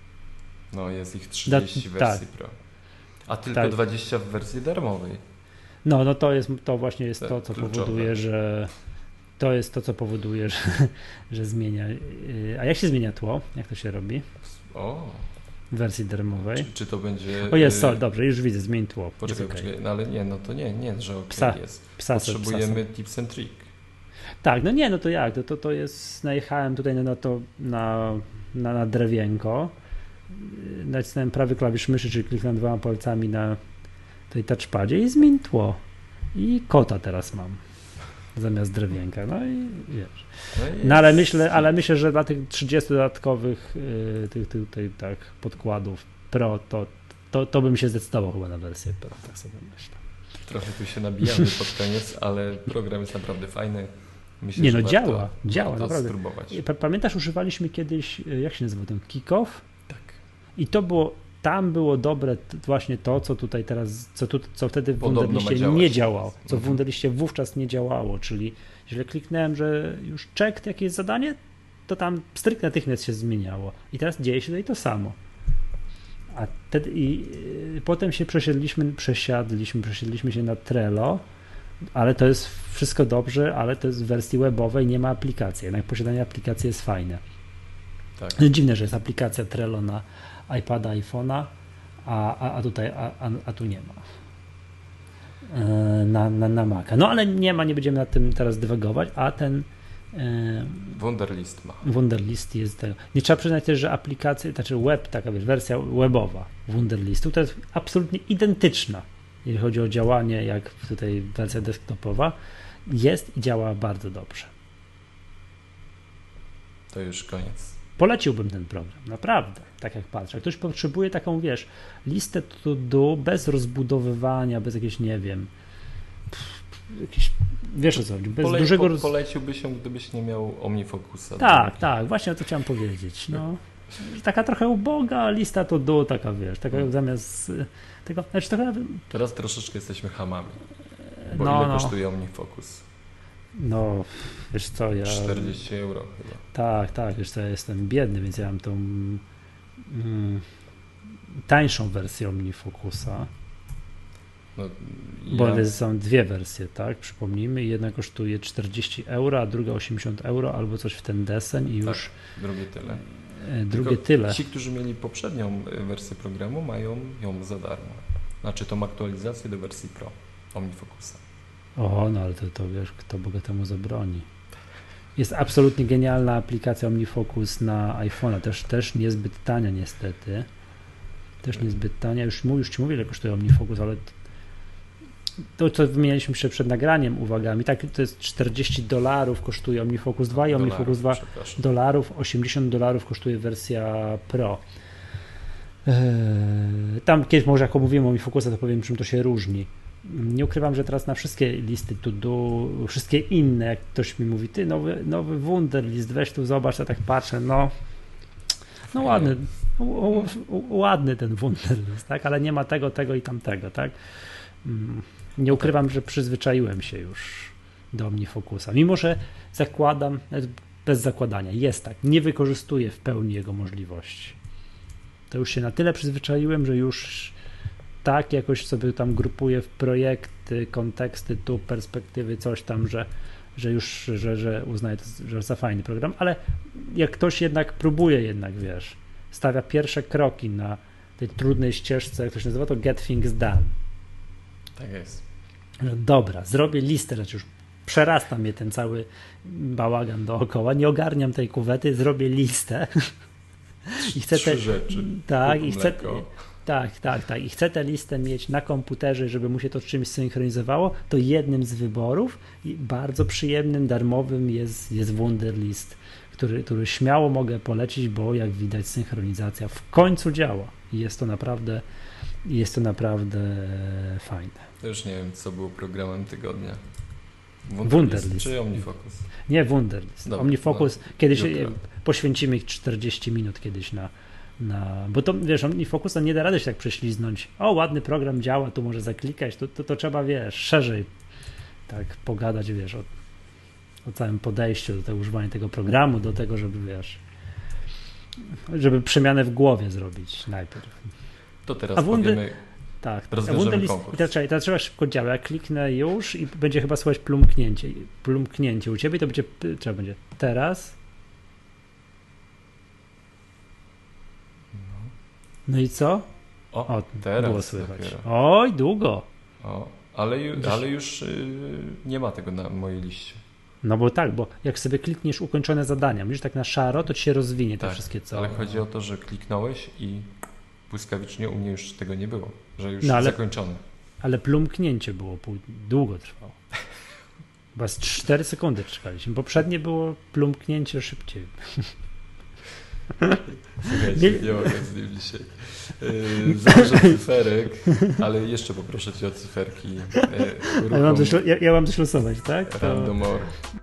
No jest ich trzydzieści w wersji tak. Pro. A tylko tak. dwadzieścia w wersji darmowej. No, no to jest, to właśnie jest tak, to, co kluczowe. powoduje, że to jest to, co powoduje, że, że zmienia. A jak się zmienia tło? Jak to się robi? O. W wersji darmowej. Czy, czy to będzie... O jest, sol, dobrze, już widzę, zmień tło. Poczekaj, okay. poczekaj, no ale nie, no to nie, nie, że okej psa, jest. Psa, Potrzebujemy psa, tips and trick. Tak, no nie, no to jak? To, to, to jest, najechałem tutaj na to, na, na, na drewienko, nacisnąłem prawy klawisz myszy, czyli kliknąłem dwoma palcami na tej touchpadzie i zmień tło. I kota teraz mam zamiast drewienka, no i wiesz. No, no ale myślę, ale myślę, że dla tych trzydziestu dodatkowych yy, tych, tych, tych tak, podkładów Pro, to, to, to bym się zdecydował chyba na wersję Pro, tak sobie myślę. Trochę tu się nabijamy pod koniec, ale program jest naprawdę fajny. Myślę, nie no, że działa, warto, działa, warto naprawdę. Spróbować. Pamiętasz, używaliśmy kiedyś, jak się nazywał ten, Kickoff? Tak. I to było, tam było dobre właśnie to, co tutaj teraz, co, tu, co wtedy w Wunderliście nie działało, co w Wunderliście wówczas nie działało, czyli jeżeli kliknąłem, że już checked jakieś zadanie, to tam stryk natychmiast się zmieniało. I teraz dzieje się tutaj to samo. A wtedy, i, y, potem się przesiedliśmy, przesiadliśmy, przesiedliśmy się na Trello, ale to jest wszystko dobrze, ale to jest w wersji webowej, nie ma aplikacji. Jednak posiadanie aplikacji jest fajne. Tak. Dziwne, że jest aplikacja Trello na iPada, iPhone'a, a, a, a tutaj a, a, a tu nie ma. Na, na, na Maca. No ale nie ma, nie będziemy nad tym teraz dywagować, a ten e, Wunderlist ma. Wunderlist jest tego. Nie trzeba przyznać też, że aplikacja, znaczy web, taka wiesz, wersja webowa Wunderlistu to jest absolutnie identyczna, jeżeli chodzi o działanie, jak tutaj wersja desktopowa, jest i działa bardzo dobrze. to już koniec. Poleciłbym ten program, naprawdę, tak jak patrzę. Jak ktoś potrzebuje taką, wiesz, listę to do, bez rozbudowywania, bez jakiegoś, nie wiem, jakieś, wiesz o co chodzi, bez Pole, dużego... po, roz... poleciłby się, gdybyś nie miał OmniFocusa. Tak, do... tak, właśnie o to chciałem powiedzieć, no. Taka trochę uboga lista to do, taka, wiesz, taka hmm. zamiast tego, znaczy trochę... Teraz troszeczkę jesteśmy chamami, bo no, ile no. kosztuje OmniFocus? No, wiesz co, ja... czterdzieści euro chyba. Tak, tak, wiesz co, ja jestem biedny, więc ja mam tą mm, tańszą wersję OmniFocusa. No, ja... Bo są dwie wersje, tak? Przypomnijmy, jedna kosztuje czterdzieści euro, a druga osiemdziesiąt euro, albo coś w ten deseń i już... Tak, drugie tyle. Drugie Tylko tyle. Ci, którzy mieli poprzednią wersję programu, mają ją za darmo. Znaczy tą aktualizację do wersji Pro OmniFocusa. O, no ale to, to wiesz, kto bogatemu zabroni. Jest absolutnie genialna aplikacja OmniFocus na iPhone'a, też, też niezbyt tania niestety. Też niezbyt tania. Już, już ci mówię, ile kosztuje OmniFocus, ale to, co wymienialiśmy jeszcze przed nagraniem uwagami, tak, to jest czterdzieści dolarów kosztuje OmniFocus dwa i OmniFocus dwa dolarów, osiemdziesiąt dolarów kosztuje wersja Pro. Tam kiedyś może jak omówimy OmniFocusa, to powiem, czym to się różni. Nie ukrywam, że teraz na wszystkie listy to do, wszystkie inne, jak ktoś mi mówi, ty nowy, nowy Wunderlist, weź tu zobacz, ja tak patrzę, no no ładny, u, u, u, ładny ten Wunderlist, tak, ale nie ma tego, tego i tamtego, tak. Nie ukrywam, że przyzwyczaiłem się już do OmniFocusa, mimo że zakładam, bez zakładania, jest tak, nie wykorzystuję w pełni jego możliwości. To już się na tyle przyzwyczaiłem, że już tak jakoś sobie tam grupuję w projekty, konteksty, tu perspektywy, coś tam, że, że już, że, że uznaję to że za fajny program, ale jak ktoś jednak próbuje jednak, wiesz, stawia pierwsze kroki na tej trudnej ścieżce, jak to się nazywa, to get things done. Tak jest. Że dobra, zrobię listę rzeczy, już przerasta mnie ten cały bałagan dookoła, nie ogarniam tej kuwety, zrobię listę. I chcę Trzy te, rzeczy. Tak, i chcę... Tak, tak, tak. I chcę tę listę mieć na komputerze, żeby mu się to czymś synchronizowało, to jednym z wyborów i bardzo przyjemnym, darmowym jest, jest Wunderlist, który, który śmiało mogę polecić, bo jak widać synchronizacja w końcu działa i jest to naprawdę, jest to naprawdę fajne. To już nie wiem, co było programem tygodnia. Wunderlist, Wunderlist. Czy OmniFocus? Nie, Wunderlist. Dobra, OmniFocus, no, kiedyś jutro. Poświęcimy ich czterdzieści minut kiedyś na Na, bo to, wiesz, OmniFocusa nie da rady się tak prześliznąć. O, ładny program działa, tu może zaklikać, to, to, to trzeba, wiesz, szerzej tak pogadać, wiesz, o, o całym podejściu do tego używania tego programu, do tego, żeby, wiesz, żeby przemianę w głowie zrobić najpierw. To teraz Wunder... powiemy, tak, rozwiążemy konkurs. I teraz, teraz trzeba szybko działać. Ja kliknę już i będzie chyba słychać plumknięcie. Plumknięcie u ciebie i to będzie, trzeba będzie teraz. No i co? O, o teraz było słychać. Dopiero. Oj, długo. O, ale, ju, ale już yy, nie ma tego na mojej liście. No bo tak, bo jak sobie klikniesz ukończone zadania, mówisz tak na szaro, to ci się rozwinie tak, te wszystkie co. Ale chodzi o to, że kliknąłeś i błyskawicznie u mnie już tego nie było, że już no, ale, zakończone. Ale plumknięcie było, pół, długo trwało. Chyba z cztery sekundy czekaliśmy. Poprzednie było plumknięcie szybciej. Słuchajcie, nie mogę z nim dzisiaj. Yy, Założę cyferek, ale jeszcze poproszę cię o cyferki. Yy, ja, mam coś, ja, ja mam coś losować, tak? To... Random or.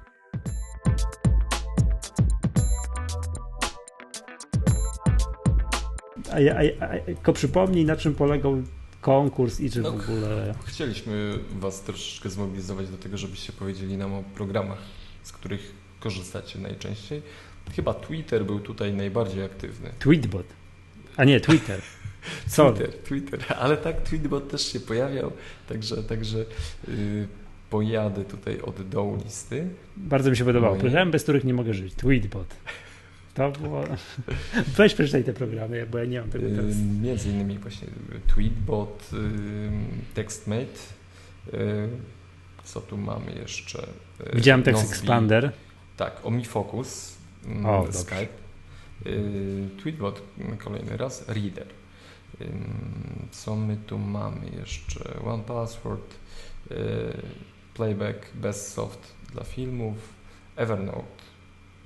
A, ja, a, a tylko przypomnij, na czym polegał konkurs i czy no, w ogóle... Chcieliśmy was troszeczkę zmobilizować do tego, żebyście powiedzieli nam o programach, z których korzystacie najczęściej. Chyba Twitter był tutaj najbardziej aktywny. Tweetbot. A nie, Twitter. Twitter, Twitter, ale tak, Tweetbot też się pojawiał, także, także yy, pojadę tutaj od dołu listy. Bardzo mi się podobało. Programy, bez których nie mogę żyć. Tweetbot. To było... Weź przeczytaj te programy, bo ja nie mam tego teraz. Yy, między innymi właśnie Tweetbot, yy, TextMate. Yy, co tu mamy jeszcze? Yy, Widziałem Text Nozbe. Expander. Tak, OmniFocus. O, Skype, y, Tweetbot kolejny raz, Reader. Y, co my tu mamy jeszcze? One Password, y, Playback, Best Soft dla filmów, Evernote.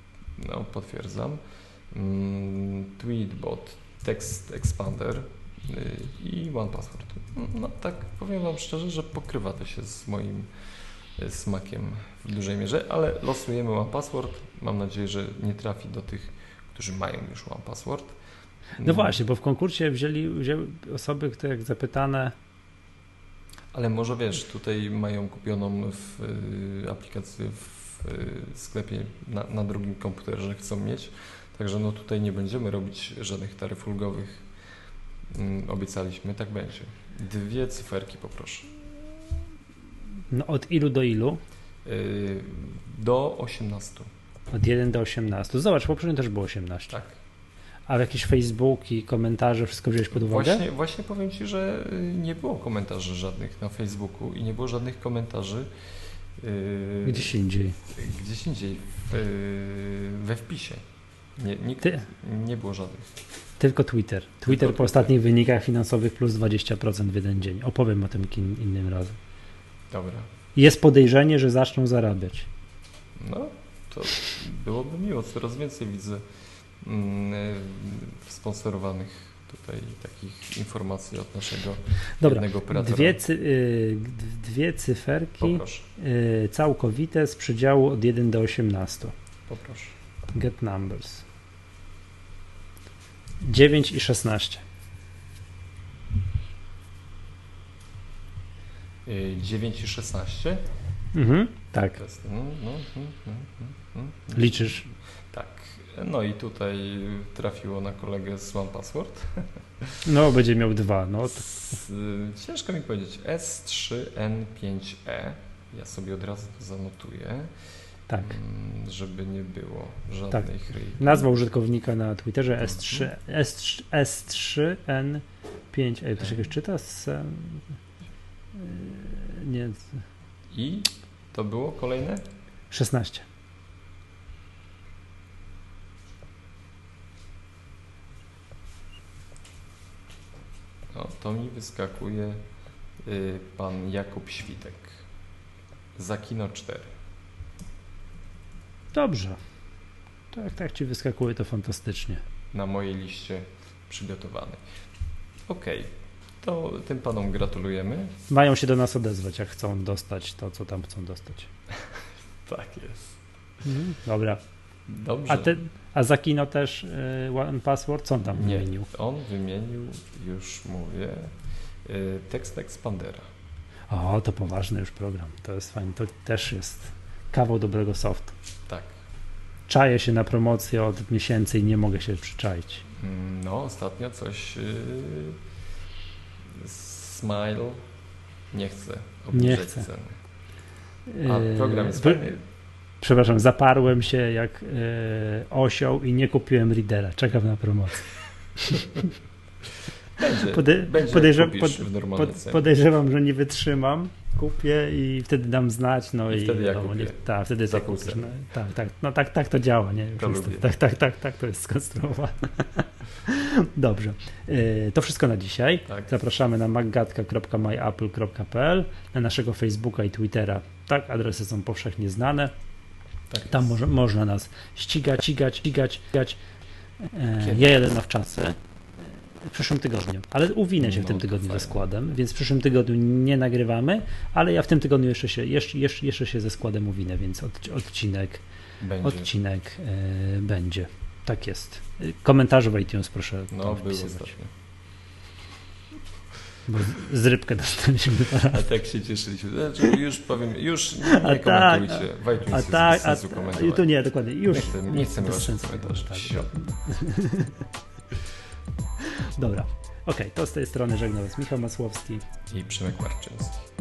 No, potwierdzam. Mm, Tweetbot, Text Expander y, i OnePassword. No tak, powiem Wam szczerze, że pokrywa to się z moim smakiem w dużej mierze, ale losujemy OnePassword. Mam nadzieję, że nie trafi do tych, którzy mają już OnePassword. No właśnie, bo w konkursie wzięli, wzięły osoby, które jak zapytane. Ale może wiesz, tutaj mają kupioną w y, aplikację w y, sklepie na, na drugim komputerze, chcą mieć. Także no tutaj nie będziemy robić żadnych taryf ulgowych. Y, obiecaliśmy, tak będzie. Dwie cyferki poproszę. No od ilu do ilu? Y, do osiemnastu. Od jeden do osiemnastu. Zobacz, poprzednio też było osiemnaście. Tak. A w jakieś Facebooki, komentarze, wszystko wziąłeś pod uwagę? Właśnie, właśnie powiem Ci, że nie było komentarzy żadnych na Facebooku i nie było żadnych komentarzy yy, gdzieś indziej. Gdzieś indziej w, yy, we wpisie. Nie, nikt, Ty, nie było żadnych. tylko Twitter. Twitter Tylko po Twitter. ostatnich wynikach finansowych plus dwadzieścia procent w jeden dzień. Opowiem o tym kin, innym razem. Dobra. Jest podejrzenie, że zaczną zarabiać. No, to byłoby miło. Coraz więcej widzę sponsorowanych tutaj takich informacji od naszego Dobra, jednego operatora. Dwie, cy, y, dwie cyferki Poproszę. y, całkowite z przedziału od jeden do osiemnastu. Poproszę. Get numbers. dziewięć i szesnaście. Yy, dziewięć i szesnaście? Mhm, tak. To jest, no, no, no, no, no, no. Liczysz. Tak. No i tutaj trafiło na kolegę z OnePassword. No, będzie miał dwa. No. Z, ciężko mi powiedzieć. S trzy N pięć E. Ja sobie od razu to zanotuję. Tak. Żeby nie było żadnej Tak. chryjki. Nazwa użytkownika na Twitterze S trzy, S trzy N pięć E. To się jakoś czyta? Z, nie. I to było kolejne? szesnaście. No, to mi wyskakuje y, pan Jakub Świtek. Za Kino cztery. Dobrze. Tak, tak ci wyskakuje, to fantastycznie. Na mojej liście przygotowanej. Okej. Okay. To tym panom gratulujemy. Mają się do nas odezwać, jak chcą dostać to, co tam chcą dostać. Tak jest. Mhm. Dobra. Dobrze. A, te, a za kino też y, OnePassword, co on tam Nie, wymienił? on wymienił, już mówię, y, tekst Expandera. O, to poważny już program. To jest fajne. To też jest kawał dobrego softu. Tak. Czaję się na promocję od miesięcy i nie mogę się przyczaić. No, ostatnio coś yy, Smile nie chce obniżać Nie chce. ceny. A program jest Yy, fajny. Przepraszam, zaparłem się jak yy, osioł i nie kupiłem readera. Czekam na promocję. Będzie, Pode, będzie podejrzewam, kupisz pod, w normalnej pod, cenie. podejrzewam, że nie wytrzymam. Kupię i wtedy dam znać. No I i wtedy ja no, kupię. nie, tak, wtedy Za ty pół kupisz. ceny. No, tak, tak, no tak, tak to działa, nie? Już To jest, lubię. tak, tak, tak, tak, to jest skonstruowane. Dobrze. Yy, to wszystko na dzisiaj. Tak. Zapraszamy na maggatka kropka my apple kropka p l, na naszego Facebooka i Twittera. Tak, adresy są powszechnie znane. Tak Tam jest. może, można nas ścigać, ścigać, ścigać, ścigać. E, Kiedy? ja jadę na wczasy w przyszłym tygodniu, ale uwinę się w No, tym to tygodniu fajnie. ze składem, więc w przyszłym tygodniu nie nagrywamy, ale ja w tym tygodniu jeszcze się, jeszcze, jeszcze, jeszcze się ze składem uwinę, więc od, odcinek, Będzie. odcinek e, będzie. Tak jest. Komentarze w iTunes proszę No, tam był wpisywać. ostatnio. Bo z- zrybkę dostaliśmy. A tak się cieszyliśmy. Znaczy, już powiem, już nie, A nie tak, komentujcie. W iTunes A jest tak, bez a, sensu a, komentować. to nie, dokładnie, już. Nie chcemy, nie chcemy bez waszych sensu komentarzy. komentarzy. Sio. Dobra, okej, to z tej strony żegnam was Michał Masłowski. I Przemek Marczyński.